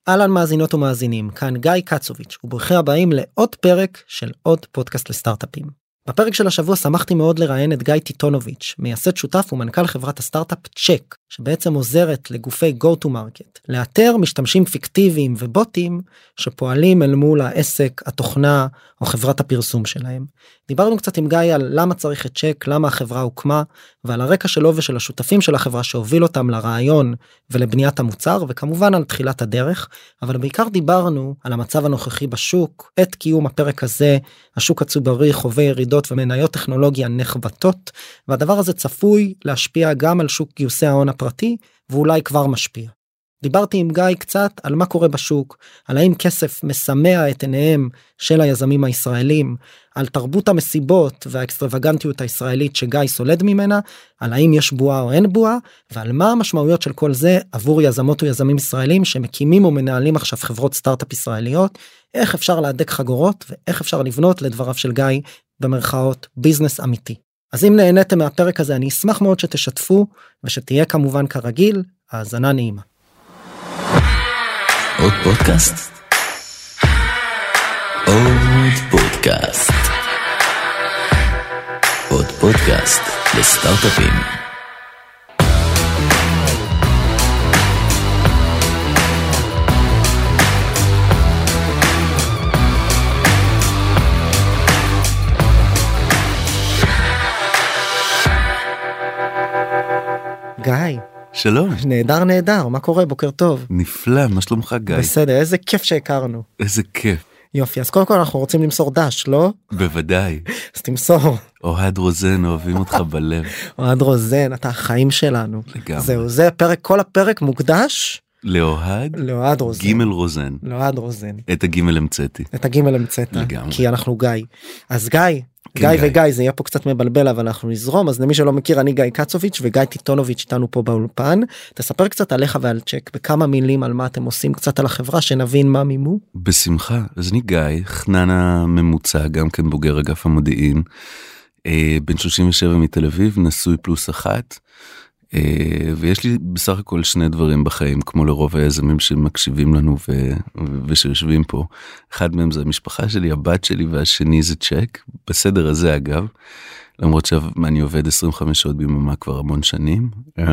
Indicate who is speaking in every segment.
Speaker 1: אהלן מאזינות ומאזינים, כאן גיא קצוביץ' וברוכים הבאים לעוד פרק של עוד פודקאסט לסטארט-אפים. בפרק של השבוע שמחתי מאוד לראיין את גיא טיטונוביץ', מייסד שותף ומנכ"ל חברת הסטארט-אפ צ'ק, שבעצם עוזרת לגופי go to market, לאתר משתמשים פיקטיביים ובוטים שפועלים אל מול העסק, התוכנה או חברת הפרסום שלהם. דיברנו קצת עם גיא על למה צריך את צ'ק, למה החברה הוקמה, ועל הרקע שלו ושל השותפים של החברה שהוביל אותם לרעיון ולבניית המוצר, וכמובן על תחילת הדרך, אבל בעיקר דיברנו על המצב הנוכחי בשוק. את קיום הפרק הזה, השוק הצוברי חווה ירידות ומניות טכנולוגיה נחבטות, והדבר הזה צפוי להשפיע גם על שוק גיוסי ההון הפרטי, ואולי כבר משפיע. דיברתי עם גיא קצת על מה קורה בשוק, על האם כסף מסמא את עיניהם של היזמים הישראלים, על תרבות המסיבות והאקסטרווגנטיות הישראלית שגיא סולד ממנה, על האם יש בועה או אין בועה, ועל מה המשמעויות של כל זה עבור יזמות ויזמים ישראלים שמקימים ומנהלים עכשיו חברות סטארט-אפ ישראליות, איך אפשר להדק חגורות ואיך אפשר לבנות לדבריו של גיא במרכאות ביזנס אמיתי. אז אם נהניתם מהפרק הזה אני אשמח מאוד שתשתפו ושתהיה כמובן כרגיל, האזנה נעימה.
Speaker 2: עוד פודקאסט? עוד פודקאסט. עוד פודקאסט לסטארט-אפים.
Speaker 1: גיא.
Speaker 2: שלום.
Speaker 1: נהדר, מה קורה? בוקר טוב.
Speaker 2: נפלא, מה שלומך גיא?
Speaker 1: בסדר, איזה כיף שהכרנו.
Speaker 2: איזה כיף.
Speaker 1: יופי, אז קודם כל אנחנו רוצים למסור דש, לא?
Speaker 2: בוודאי.
Speaker 1: אז תמסור.
Speaker 2: אוהד רוזן, אוהבים אותך בלב.
Speaker 1: אוהד רוזן, אתה החיים שלנו.
Speaker 2: לגמרי.
Speaker 1: זהו, זה הפרק, כל הפרק מוקדש.
Speaker 2: לאוהד
Speaker 1: רוזן.
Speaker 2: גימל רוזן.
Speaker 1: לאוהד רוזן.
Speaker 2: את הגימל המצאתי. לגמרי.
Speaker 1: כי אנחנו גיא. אז גיא וגיא, זה יהיה פה קצת מבלבל, אבל אנחנו נזרום. אז למי שלא מכיר, אני גיא קצוביץ' וגיא טיטונוביץ' איתנו פה באולפן. תספר קצת עליך ועל צ'ק, בכמה מילים על מה אתם עושים, קצת על החברה, שנבין מה מימו.
Speaker 2: בשמחה. אז אני גיא, חנן הממוצע, גם כן בוגר אגף המודיעין, בן 37 מתל אביב, נשוי פלוס אחת, ויש לי בסך הכל שני דברים בחיים, כמו לרוב היזמים שמקשיבים לנו ושיושבים פה. אחד מהם זה המשפחה שלי, הבת שלי, והשני זה צ'ק, בסדר הזה אגב, למרות שאני עובד 25 שעות ביממה כבר המון שנים,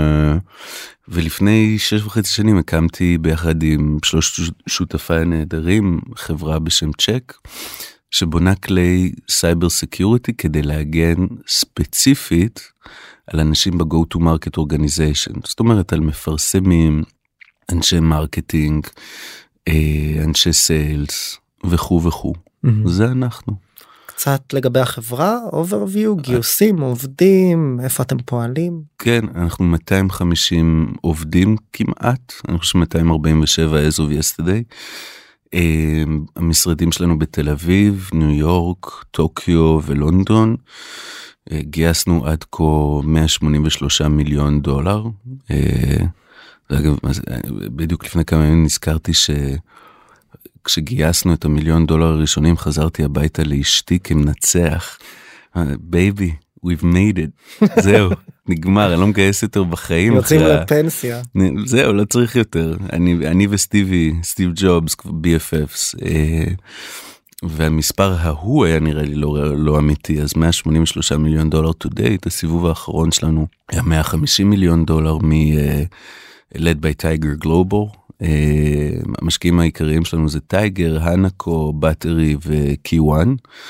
Speaker 2: ולפני 6.5 שנים הקמתי ביחד עם 3 שותפיי הנהדרים, חברה בשם צ'ק, שבונה כלי סייבר סקיוריטי כדי להגן ספציפית על אנשים ב-go to market organization, זאת אומרת על מפרסמים, אנשי מרקטינג, אנשי סיילס וכו' וכו'. זה אנחנו.
Speaker 1: קצת לגבי החברה, overview, גיוסים, עובדים, איפה אתם פועלים?
Speaker 2: כן, אנחנו 250 עובדים כמעט, אני חושב 247 as of yesterday. המשרדים שלנו בתל אביב, ניו יורק, טוקיו ולונדון. גייסנו עד כה $183 מיליון. בדיוק לפני כמה ימים נזכרתי שכשגייסנו את $1 מיליון הראשונים חזרתי הביתה לאשתי כמנצח. בייבי, we've made it. זהו, נגמר, אני לא מגייס יותר בחיים.
Speaker 1: יוצאים לפנסיה.
Speaker 2: זהו, לא צריך יותר. אני וסטיב ג'ובס, BFFs, והמספר ההוא היה נראה לי לא אמיתי, אז $183 מיליון to date, הסיבוב האחרון שלנו היה $150 מיליון led by Tiger Global, המשקיעים העיקריים שלנו זה טייגר, הנקו, בטרי ו-Key1,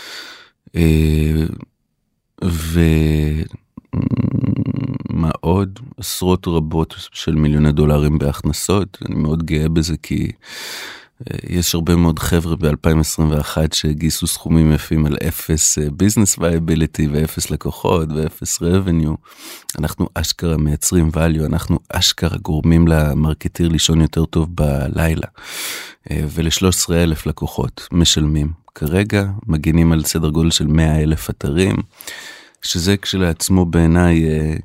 Speaker 2: ומה עוד? עשרות רבות של מיליוני דולרים בהכנסות, אני מאוד גאה בזה כי יש הרבה מאוד חבר'ה ב-2021 שגייסו סכומים יפים על 0 business viability ו-0 לקוחות ו-0 revenue. אנחנו אשכרה מייצרים value, אנחנו אשכרה גורמים למרקטיר לישון יותר טוב בלילה. ול-13,000 לקוחות משלמים. כרגע מגינים על סדר גודל של 100,000 אתרים, שזה כשלעצמו בעיניי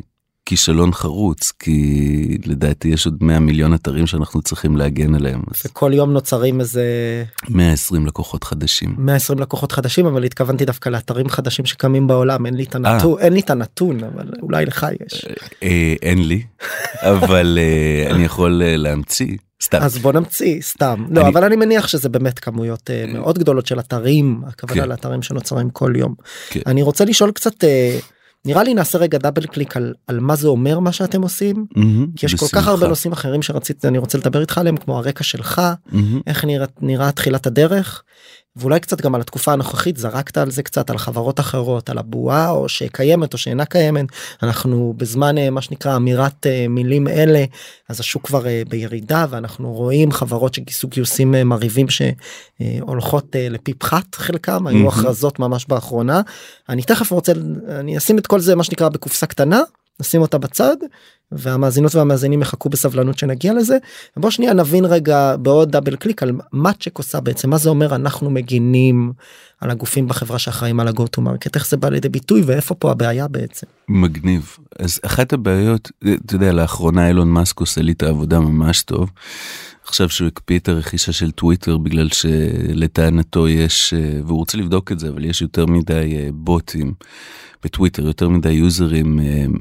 Speaker 2: כישלון חרוץ, כי לדעתי יש עוד 100 מיליון אתרים שאנחנו צריכים להגן עליהם.
Speaker 1: וכל יום נוצרים איזה
Speaker 2: 120 לקוחות חדשים.
Speaker 1: 120 לקוחות חדשים, אבל התכוונתי דווקא לאתרים חדשים שקמים בעולם. אין לי את הנתון, אבל אולי לך יש.
Speaker 2: אין לי, אבל אני יכול להמציא. סתם.
Speaker 1: אז בוא נמציא, סתם. לא, אבל אני מניח שזה באמת כמויות מאוד גדולות של אתרים, הכוונה לאתרים שנוצרים כל יום. אני רוצה לשאול קצת, נראה לי נעשה רגע דאבל קליק על מה זה אומר מה שאתם עושים, כי יש כל כך הרבה נושאים אחרים שרציתי, אני רוצה לדבר איתך עליהם, כמו הרקע שלך, איך נראה תחילת הדרך, ואולי קצת גם על התקופה הנוכחית, זרקת על זה קצת, על חברות אחרות, על הבועה, או שקיימת או שאינה קיימת. אנחנו בזמן מה שנקרא אמירת מילים אלה, אז השוק כבר בירידה, ואנחנו רואים חברות שגייסו גיוסים מריבים שהולכות לפי פחת חלקם, היו הכרזות ממש באחרונה. אני תכף רוצה, אני אשים את כל זה מה שנקרא בקופסה קטנה, נשים אותה בצד, והמאזינות והמאזינים יחכו בסבלנות שנגיע לזה. ובוא שנייה נבין רגע בעוד דאבל קליק על מה צ'ק עושה בעצם, מה זה אומר אנחנו מגינים על הגופים בחברה שאחראים על ה-go to market, איך זה בא לידי ביטוי ואיפה פה הבעיה בעצם.
Speaker 2: מגניב. אז אחת הבעיות, אתה יודע, לאחרונה אילון מאסק עושה לי את העבודה ממש טוב, עכשיו שהוא הקפיא את הרכישה של טוויטר בגלל שלטענתו יש, והוא רוצה לבדוק את זה, אבל יש יותר מדי בוטים בטוויטר, יותר מדי יוזרים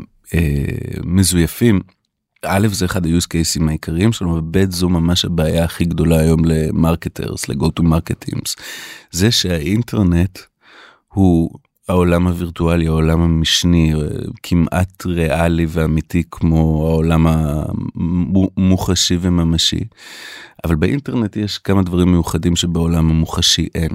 Speaker 2: מזויפים. א', זה אחד ה-use cases העיקריים שלנו, וב' זו ממש הבעיה הכי גדולה היום למרקטרס, ל-go to market teams. זה שהאינטרנט הוא העולם הווירטואלי, העולם המשני, כמעט ריאלי ואמיתי כמו העולם המוחשי וממשי. אבל באינטרנט יש כמה דברים מיוחדים שבעולם המוחשי אין.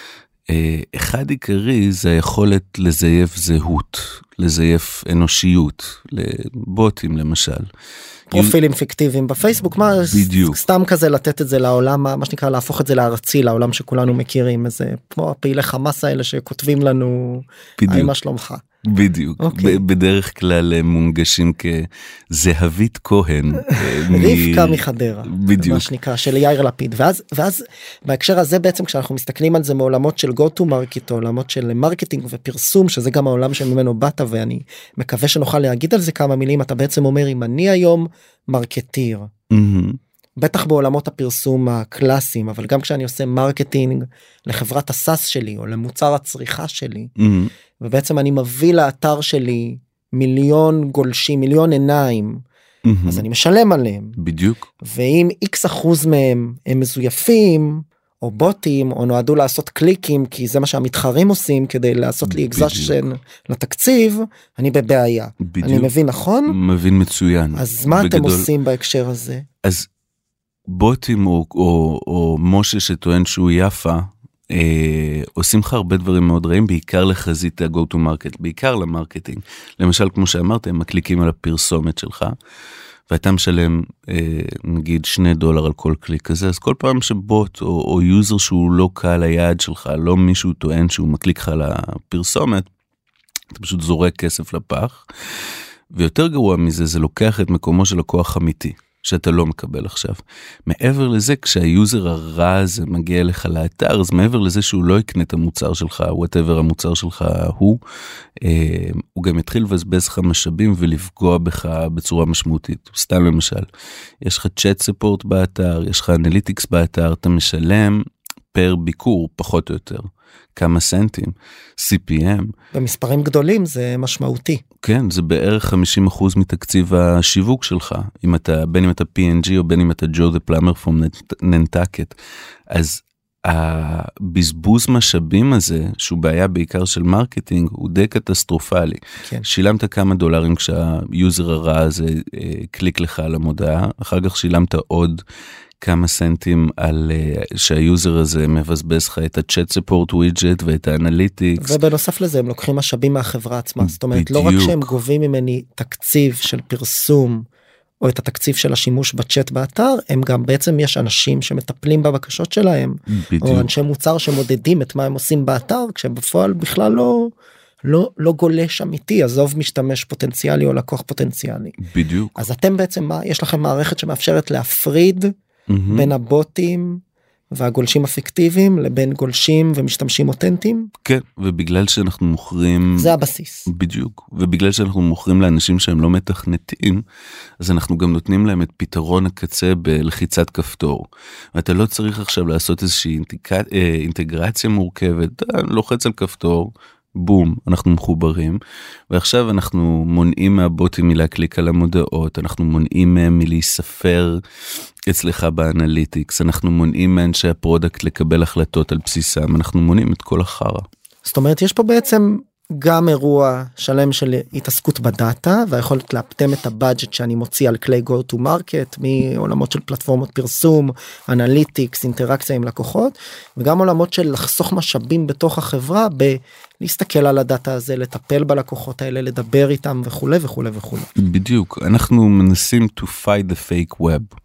Speaker 2: אחד עיקרי זה היכולת לזייף זהות, לזייף אנושיות, לבוטים למשל.
Speaker 1: פרופילים פיקטיביים בפייסבוק, מה בדיוק. סתם כזה לתת את זה לעולם, מה שנקרא להפוך את זה לארצי, לעולם שכולנו מכירים, איזה כמו הפעילי חמאס האלה שכותבים לנו, היי מה שלומך.
Speaker 2: בדיוק, בדרך כלל מונגשים כזהבית כהן.
Speaker 1: רבקה מחדרה, מה שנקרא, של יאיר לפיד. ואז בהקשר הזה בעצם כשאנחנו מסתכלים על זה מעולמות של go to market, עולמות של מרקטינג ופרסום, שזה גם העולם שממנו באת, ואני מקווה שנוכל להגיד על זה כמה מילים, אתה בעצם אומר, אם אני היום מרקטיר, בטח בעולמות הפרסום הקלאסיים, אבל גם כשאני עושה מרקטינג לחברת הסאס שלי, או למוצר הצריכה שלי, ובעצם אני מביא לאתר שלי מיליון גולשים, מיליון עיניים, אז אני משלם עליהם.
Speaker 2: בדיוק.
Speaker 1: ואם X% מהם הם מזויפים, או בוטים, או נועדו לעשות קליקים, כי זה מה שהמתחרים עושים, כדי לעשות לי אקזשן לתקציב, אני בבעיה. בדיוק. אני מבין נכון?
Speaker 2: מבין מצוין.
Speaker 1: אז מה אתם עושים בהקשר הזה?
Speaker 2: אז בוטים או משה שטוען שהוא יפה, עושים לך הרבה דברים מאוד רעים, בעיקר לחזית ה-go to market, בעיקר למרקטינג. למשל, כמו שאמרת, הם מקליקים על הפרסומת שלך, ואתה משלם נגיד $2 על כל קליק כזה, אז כל פעם שבוט או יוזר שהוא לא קהל היעד שלך, לא מישהו טוען שהוא מקליק לך על הפרסומת, אתה פשוט זורק כסף לפח, ויותר גרוע מזה, זה לוקח את מקומו של לקוח אמיתי. שאתה לא מקבל עכשיו. מעבר לזה, כשהיוזר הרע הזה מגיע לך לאתר, אז מעבר לזה שהוא לא יקנה את המוצר שלך, whatever המוצר שלך הוא גם יתחיל לבזבז לך משאבים ולפגוע בך בצורה משמעותית. סתם למשל, יש לך צ'אט ספורט באתר, יש לך אנליטיקס באתר, אתה משלם פר ביקור, פחות או יותר. כמה סנטים, CPM.
Speaker 1: במספרים גדולים זה משמעותי.
Speaker 2: כן, זה בערך 50% מתקציב השיווק שלך, בין אם אתה P&G או בין אם אתה Joe the Plumber from Nantucket. אז הבזבוז משאבים הזה, שהוא בעיה בעיקר של מרקטינג, הוא די קטסטרופלי. כן. שילמת כמה דולרים כשהיוזר הרע הזה קליק לך על המודעה, אחר כך שילמת עוד כמה סנטים על שהיוזר הזה מבזבז לך את הצ'אט ספורט ווידג'ט ואת האנליטיקס.
Speaker 1: ובנוסף לזה הם לוקחים משאבים מהחברה עצמה. זאת אומרת, לא רק שהם גובים ממני תקציב של פרסום, או את התקציב של השימוש בצ'אט באתר, הם גם בעצם יש אנשים שמטפלים בבקשות שלהם, או אנשי מוצר שמודדים את מה הם עושים באתר, כשהם בפועל בכלל לא גולש אמיתי, עזוב משתמש פוטנציאלי או לקוח פוטנציאלי.
Speaker 2: בדיוק.
Speaker 1: אז אתם בעצם, יש לכם מערכת שמאפשרת להפריד בין הבוטים והגולשים אפקטיביים לבין גולשים ומשתמשים אותנטיים?
Speaker 2: כן, ובגלל שאנחנו מוכרים...
Speaker 1: זה הבסיס.
Speaker 2: בדיוק, ובגלל שאנחנו מוכרים לאנשים שהם לא מתכנתים, אז אנחנו גם נותנים להם את פתרון הקצה בלחיצת כפתור. ואתה לא צריך עכשיו לעשות איזושהי אינטגרציה מורכבת, אתה לוחץ על כפתור, בום, אנחנו מחוברים, ועכשיו אנחנו מונעים מהבוטים מלהקליק על המודעות, אנחנו מונעים מהם מלהיספר אצלך באנליטיקס, אנחנו מונעים מאנשי הפרודקט לקבל החלטות על בסיסם, אנחנו מונעים את כל החרה.
Speaker 1: זאת אומרת, יש פה בעצם גם אירוע שלם של התעסקות בדאטה, והיכולת להפתם את הבאג'ט שאני מוציא על כלי go to market, מעולמות של פלטפורמות פרסום, אנליטיקס, אינטראקציה עם לקוחות, וגם עולמות של לחסוך משאבים בתוך החברה, להסתכל על הדאטה הזה, לטפל בלקוחות האלה, לדבר איתם וכו' וכו' וכו'.
Speaker 2: בדיוק, אנחנו מנסים to fight the fake web.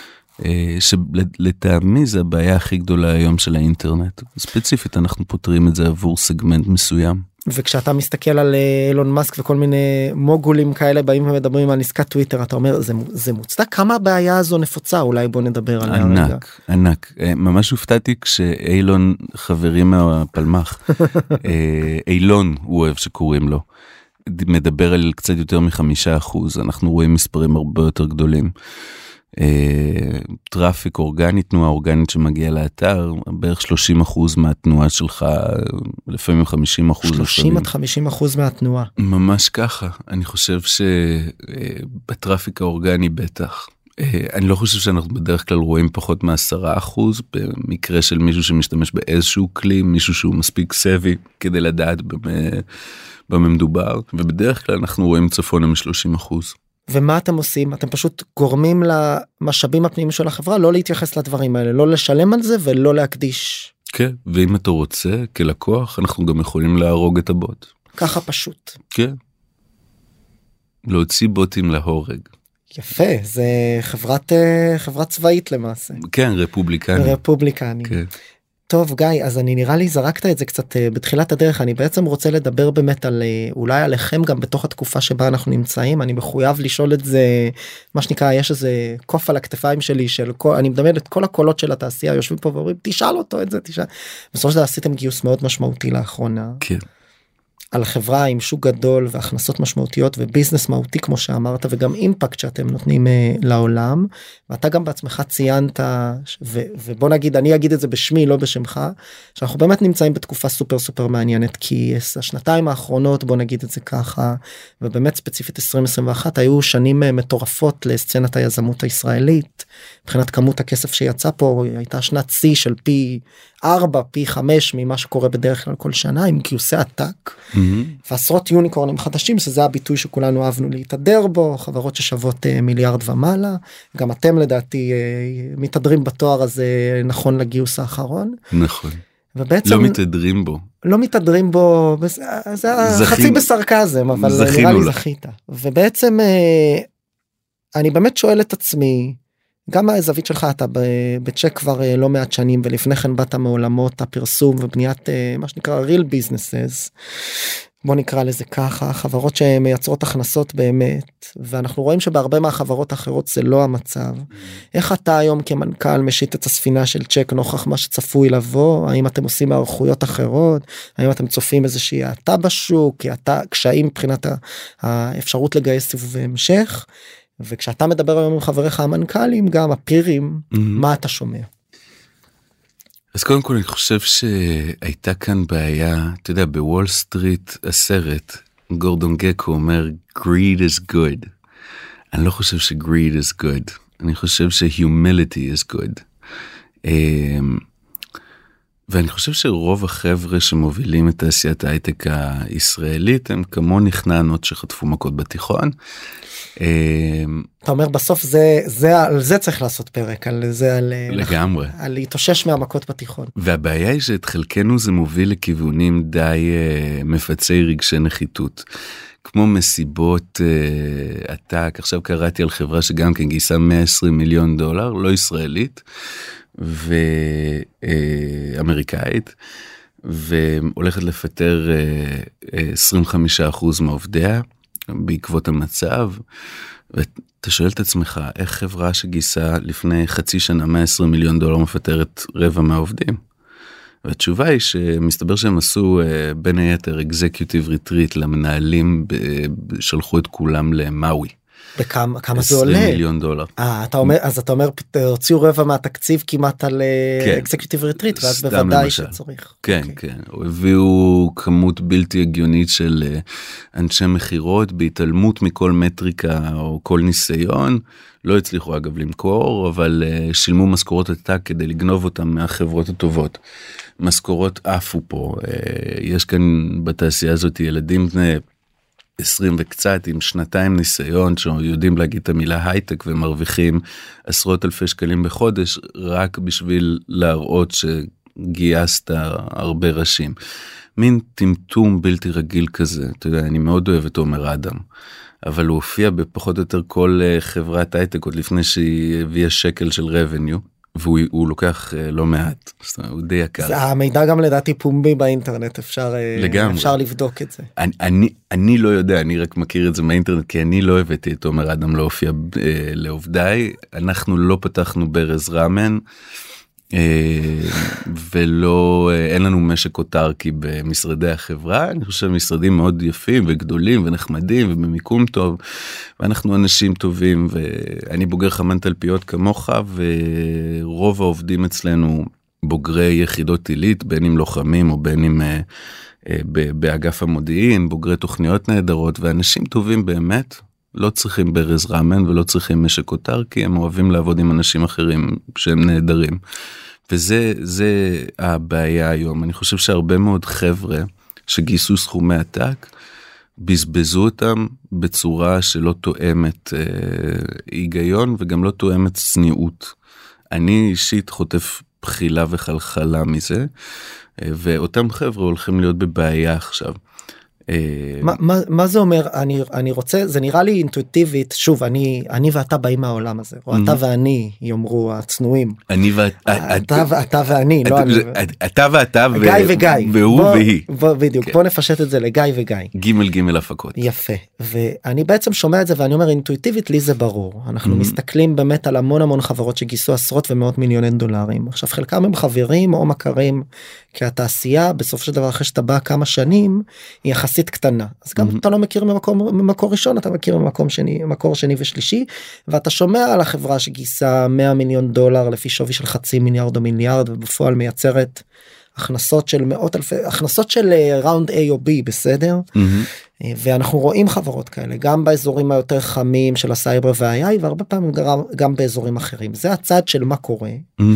Speaker 2: שלטעמי זה הבעיה הכי גדולה היום של האינטרנט. ספציפית אנחנו פותרים את זה עבור סגמנט מסוים.
Speaker 1: וכשאתה מסתכל על אילון מאסק וכל מיני מוגולים כאלה באים ומדברים על עסקת טוויטר, אתה אומר זה מוצדק? כמה הבעיה הזו נפוצה? אולי בוא נדבר עליה רגע.
Speaker 2: ענק. ממש הופתעתי כשאילון חברי מהפלמח, אילון הוא אוהב שקוראים לו, מדבר על קצת יותר מ5%, אנחנו רואים מספרים הרבה יותר גדולים. טראפיק אורגני, תנועה אורגנית שמגיעה לאתר, בערך 30% מהתנועה שלך, לפעמים 50%.
Speaker 1: 30-50% מהתנועה.
Speaker 2: ממש ככה. אני חושב שבטראפיק האורגני בטח. אני לא חושב שאנחנו בדרך כלל רואים פחות מ10%, במקרה של מישהו שמשתמש באיזשהו כלי, מישהו שהוא מספיק סבי, כדי לדעת במה מדובר, ובדרך כלל אנחנו רואים צפונה מ30%.
Speaker 1: ומה אתם עושים? אתם פשוט גורמים למשאבים הפנימיים של החברה לא להתייחס לדברים האלה, לא לשלם על זה ולא להקדיש.
Speaker 2: כן, ואם אתה רוצה, כלקוח, אנחנו גם יכולים להרוג את הבוט.
Speaker 1: ככה פשוט.
Speaker 2: כן. להוציא בוטים להורג.
Speaker 1: יפה, זה חברת צבאית למעשה.
Speaker 2: כן, רפובליקני.
Speaker 1: רפובליקני.
Speaker 2: כן.
Speaker 1: טוב גיא, אז אני נראה לי זרקת את זה קצת בתחילת הדרך, אני בעצם רוצה לדבר באמת על אולי עליכם גם בתוך התקופה שבה אנחנו נמצאים, אני מחויב לשאול את זה, מה שנקרא, יש איזה קוף על הכתפיים שלי, אני מדמיין את כל הקולות של התעשייה, יושבים פה ואומרים, תשאל אותו את זה, תשאל. בסופו של דבר עשיתם גיוס מאוד משמעותי לאחרונה.
Speaker 2: כן.
Speaker 1: על חברה עם שוק גדול והכנסות משמעותיות וביזנס מהותי כמו שאמרת וגם אימפקט שאתם נותנים לעולם, ואתה גם בעצמך ציינת ובוא נגיד אני אגיד את זה בשמי לא בשמך, שאנחנו באמת נמצאים בתקופה סופר סופר מעניינת, כי השנתיים האחרונות בוא נגיד את זה ככה, ובאמת ספציפית 2021 היו שנים מטורפות לסצנת היזמות הישראלית, מבחינת כמות הכסף שיצא פה הייתה שנת C של פי 4 פי 5 ממה שקורה בדרך כלל כל שנה, עם גיוסי עתק ועשרות יוניקורנים חדשים, שזה הביטוי שכולנו אהבנו להתהדר בו, חברות ששוות מיליארד ומעלה, גם אתם לדעתי מתהדרים בתואר הזה נכון לגיוס האחרון.
Speaker 2: נכון.
Speaker 1: ובעצם
Speaker 2: לא מתהדרים בו,
Speaker 1: זה חצי בסרקזם, אבל נראה לי זכית. ובעצם אני באמת שואל את עצמי, גם הזווית שלך, אתה בצ'ק כבר לא מעט שנים, ולפני כן באת מעולמות הפרסום ובניית מה שנקרא real businesses, בוא נקרא לזה ככה, חברות שמייצרות הכנסות באמת, ואנחנו רואים שבהרבה מהחברות האחרות זה לא המצב. איך אתה היום כמנכ"ל משית את הספינה של צ'ק נוכח מה שצפוי לבוא? האם אתם עושים מערכויות אחרות? האם אתם צופים איזושהי האטה בשוק? קשיים מבחינת האפשרות לגייס סיבוב המשך? וכשאתה מדבר היום עם חבריך המנכ"לים, גם הפירים, מה אתה שומע?
Speaker 2: אז קודם כל אני חושב שהייתה כאן בעיה, אתה יודע, בוול סטריט הסרט, גורדון גקו אומר, greed is good. אני לא חושב ש-greed is good. אני חושב ש-humility is good. ואני חושב שרוב החבר'ה שמובילים את תעשיית ההייטק הישראלית, הם כמו נכנענות שחטפו מכות בתיכון.
Speaker 1: אתה אומר בסוף על זה צריך לעשות פרק, על זה,
Speaker 2: לגמרי.
Speaker 1: על להתאושש מהמכות בתיכון.
Speaker 2: והבעיה היא שאת חלקנו זה מוביל לכיוונים די מפצי רגשי נחיתות. כמו מסיבות עתק, עכשיו קראתי על חברה שגם כן גייסה $120 מיליון, לא ישראלית, ואמריקאית, והולכת לפטר 25% מעובדיה בעקבות המצב, אתה שואל את עצמך, איך חברה שגייסה לפני חצי שנה $120 מיליון מפטרת רבע מהעובדים? והתשובה היא שמסתבר שהם עשו בין היתר אקזקיוטיב ריטריט למנהלים, שלחו את כולם למאוי.
Speaker 1: בכמה זה עולה?
Speaker 2: $20 מיליון.
Speaker 1: אז אתה אומר, הוציאו רבע מהתקציב כמעט על אקזקיוטיב ריטריט, ואז בוודאי שצריך.
Speaker 2: כן, כן. הביאו כמות בלתי הגיונית של אנשי מחירות, בהתעלמות מכל מטריקה או כל ניסיון. לא הצליחו אגב למכור, אבל שילמו משכורות עתק כדי לגנוב אותם מהחברות הטובות. משכורות עפו פה. יש כאן בתעשייה הזאת ילדים בני 20 וקצת עם שנתיים ניסיון שיודעים להגיד את המילה הייטק ומרוויחים עשרות אלפי שקלים בחודש רק בשביל להראות שגייסת הרבה ראשים. מין טמטום בלתי רגיל כזה. אתה יודע, אני מאוד אוהב את עומר אדם, אבל הוא הופיע בפחות או יותר כל חברת הייטק עוד לפני שהיא הביאה שקל של רבניו, והוא לוקח לא מעט, הוא די יקר.
Speaker 1: המידע גם לדעתי פומבי באינטרנט, אפשר לבדוק את זה.
Speaker 2: אני לא יודע, אני רק מכיר את זה מהאינטרנט, כי אני לא הבאתי את עומר אדם להופיע לעובדיי, אנחנו לא פתחנו ברז רמן, ולא, אין לנו משק אוטרקי במשרדי החברה. אני חושב משרדים מאוד יפים וגדולים ונחמדים ובמיקום טוב, ואנחנו אנשים טובים, ואני בוגר חמן תלפיות כמוך, ורוב העובדים אצלנו בוגרי יחידות עילית, בין אם לוחמים או בין אם באגף המודיעין, בוגרי תוכניות נהדרות, ואנשים טובים באמת. לא צריכים ברז רמן ולא צריכים משק אוטרקי, הם אוהבים לעבוד עם אנשים אחרים שהם נהדרים. וזה הבעיה היום. אני חושב שהרבה מאוד חבר'ה שגייסו סכומי עתק, בזבזו אותם בצורה שלא תואמת היגיון וגם לא תואמת צניעות. אני אישית חוטף בחילה וחלחלה מזה, ואותם חבר'ה הולכים להיות בבעיה עכשיו.
Speaker 1: מה זה אומר? אני רוצה, זה נראה לי אינטואיטיבית, שוב, אני ואתה באים מהעולם הזה, או אתה ואני יומרו הצנועים. אתה ואני, לא אני.
Speaker 2: אתה ואתה
Speaker 1: גיא וגיא.
Speaker 2: והוא והיא.
Speaker 1: בדיוק, בוא נפשט את זה לגיא וגיא.
Speaker 2: ג' הפקות.
Speaker 1: יפה, ואני בעצם שומע את זה ואני אומר אינטואיטיבית לי זה ברור. אנחנו מסתכלים באמת על המון חברות שגייסו עשרות ומאות מיליוני דולרים. עכשיו חלקם הם חברים או מכרים, כי התעשייה בסוף של דבר אחרי שאתה בא כמה שנים היא יחסית קטנה, אז גם אתה לא מכיר ממקור ראשון, אתה מכיר ממקור שני ושלישי, ואתה שומע על החברה שגייסה $100 מיליון לפי שווי של $500 מיליארד או מיליארד, ובפועל מייצרת הכנסות של מאות אלפי, הכנסות של ראונד A או B, בסדר? ואנחנו רואים חברות כאלה, גם באזורים היותר חמים של הסייבר וה-AI, והרבה פעמים גם באזורים אחרים. זה הצד של מה קורה.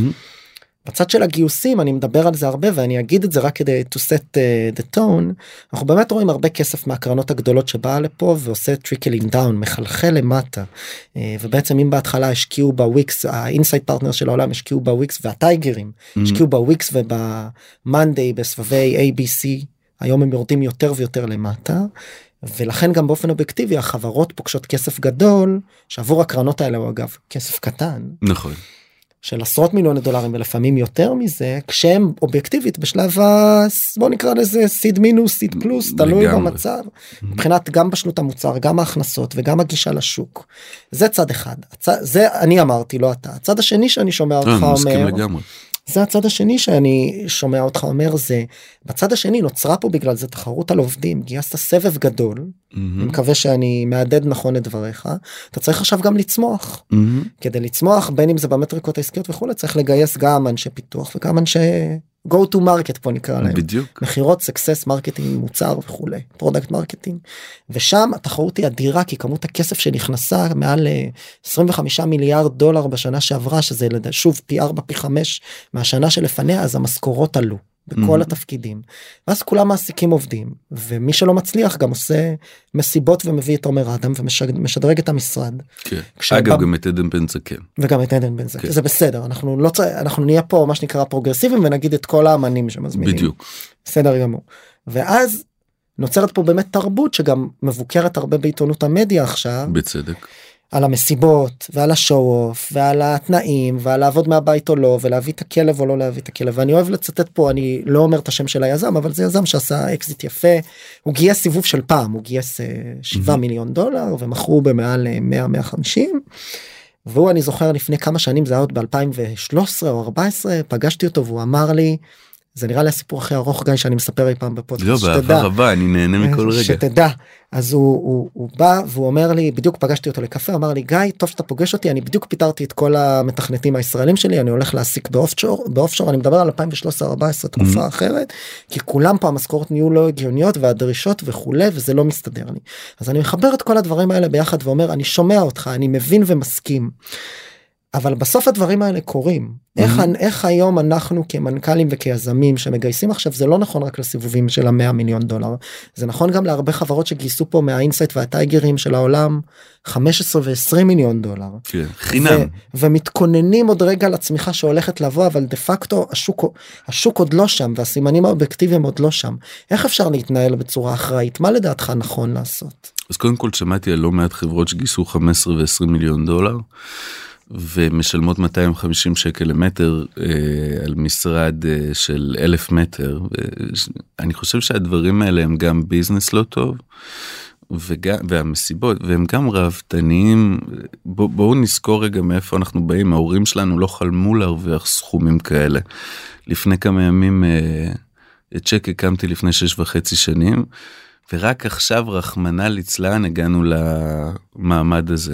Speaker 1: בצד של הגיוסים, אני מדבר על זה הרבה, ואני אגיד את זה רק כדי to set the tone, אנחנו באמת רואים הרבה כסף מהקרנות הגדולות שבאה לפה, ועושה trickling down, מחלחל למטה, ובעצם אם בהתחלה השקיעו בוויקס, האינסייט פרטנר של העולם השקיעו בוויקס, והטייגרים השקיעו בוויקס ובמנדי, בסבבי ABC, היום הם יורדים יותר ויותר למטה, ולכן גם באופן אובייקטיבי, החברות פוגשות כסף גדול, שעבור הקרנות האלה הוא אגב כסף קטן.
Speaker 2: נכון.
Speaker 1: של עשרות מיליוני דולרים ולפעמים יותר מזה, כשהם אובייקטיבית בשלב בוא נקרא לזה סיד מינוס, סיד פלוס, תלוי במצב, מבחינת גם בשלות המוצר, גם ההכנסות וגם הגישה לשוק. זה צד אחד. זה אני אמרתי, לא אתה. הצד השני שאני שומע אותך אומר, זה הצד השני שאני שומע אותך אומר, זה בצד השני נוצרה פה בגלל זה תחרות על עובדים, גייסת סבב גדול, אני מקווה שאני מעדד נכון את דבריך, אתה צריך עכשיו גם לצמוח, כדי לצמוח בין אם זה במטריקות העסקיות וכו', צריך לגייס גם אנשי פיתוח וגם אנשי go to market פה נקרא להם,
Speaker 2: בדיוק.
Speaker 1: מחירות, success, מרקטינג, מוצר וכו', פרודקט מרקטינג, ושם התחרות היא אדירה, כי כמות הכסף שנכנסה מעל $25 מיליארד בשנה שעברה, שזה שוב פי 4 פי 5 מהשנה שלפניה, אז המשכורות עלו בכל התפקידים, ואז כולם מעסיקים עובדים, ומי שלא מצליח גם עושה מסיבות ומביא את עומר אדם ומשדרג את המשרד.
Speaker 2: כן. אגב גם את עדן בן זקן.
Speaker 1: וגם את עדן בן זקן, זה בסדר, אנחנו נהיה פה מה שנקרא פרוגרסיביים ונגיד את כל האמנים שמזמינים.
Speaker 2: בדיוק.
Speaker 1: בסדר גמור. ואז נוצרת פה באמת תרבות שגם מבוקרת הרבה בעיתונות המדיה עכשיו.
Speaker 2: בצדק.
Speaker 1: על המסיבות ועל השואו-אוף ועל התנאים ועל לעבוד מהבית או לא ולהביא את הכלב או לא להביא את הכלב. ואני אוהב לצטט פה, אני לא אומר את השם של היזם, אבל זה יזם שעשה אקזיט יפה. הוא גייס סיבוב של פעם, הוא גייס $7 מיליון ומכרו במעל 100-150. והוא, אני זוכר לפני כמה שנים, זה היה עוד ב-2013 או 2014, פגשתי אותו והוא אמר לי, זה נראה לי הסיפור הכי ארוך גיא שאני מספר אי פעם בפודקאסט,
Speaker 2: לא, באהבה רבה, אני נהנה מכל רגע.
Speaker 1: שתדע. אז הוא בא והוא אומר לי, בדיוק פגשתי אותו לקפה, אמר לי, גיא, טוב שאתה פוגש אותי, אני בדיוק פיטרתי את כל המתכנתים הישראלים שלי, אני הולך להעסיק באופשור, אני מדבר על 2013-2014, תקופה אחרת, כי כולם פה המשכורות נהיו לא הגיוניות, והדרישות וכולי, וזה לא מסתדר לי. אז אני מחבר את כל הדברים האלה ביחד ואומר, אני שומע אותך, אני מבין ומסכים. אבל בסוף הדברים האלה קורים. איך היום אנחנו כמנכ"לים וכיזמים שמגייסים עכשיו, זה לא נכון רק לסיבובים של $100 מיליון. זה נכון גם להרבה חברות שגייסו פה מהאינסייט והטייגרים של העולם, 15 ו-20 מיליון דולר.
Speaker 2: כן, חינם.
Speaker 1: ומתכוננים עוד רגע לצמיחה שהולכת לבוא, אבל דה פקטו השוק עוד לא שם, והסימנים האובייקטיביים עוד לא שם. איך אפשר להתנהל בצורה אחראית? מה לדעתך נכון לעשות?
Speaker 2: אז קודם כל שמעתי על לא מעט חברות שגייסו 15 ו-20 מיליון דולר, ומשלמות 250 שקל למטר על משרד של 1,000 מטר. אני חושב שהדברים האלה הם גם ביזנס לא טוב, והמסיבות, והם גם רבתניים. בואו נזכור רגע מאיפה אנחנו באים. ההורים שלנו לא חלמו להרוויח סכומים כאלה. לפני כמה ימים, את צ'ק הקמתי לפני 6.5 שנים, ורק עכשיו רחמנא ליצלן הגענו למעמד הזה.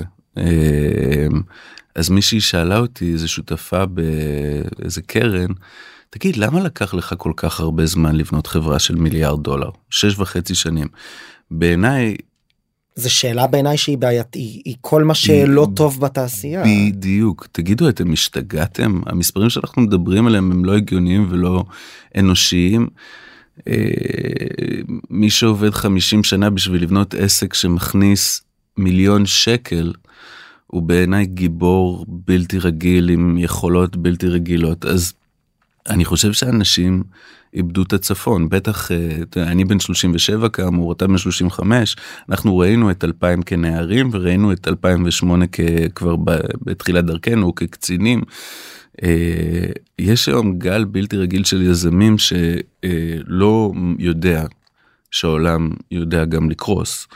Speaker 2: אז מישהי שאלה אותי, איזו שותפה באיזה קרן, תגיד, למה לקח לך כל כך הרבה זמן לבנות חברה של $1 מיליארד? 6.5 שנים. בעיניי...
Speaker 1: זו שאלה בעיניי שהיא בעיית, היא כל מה שלא טוב בתעשייה.
Speaker 2: בדיוק. תגידו, אתם השתגעתם? המספרים שאנחנו מדברים עליהם הם לא הגיוניים ולא אנושיים. מי שעובד 50 שנה בשביל לבנות עסק שמכניס $1,000,000, הוא בעיניי גיבור בלתי רגיל עם יכולות בלתי רגילות. אז אני חושב שאנשים איבדו את הצפון. בטח, אני בן 37 כאמור, אתה בן 35, אנחנו ראינו את 2000 כנערים, וראינו את 2008 כבר בתחילת דרכנו כקצינים. יש היום גל בלתי רגיל של יזמים שלא יודע שהעולם יודע גם לקרוס.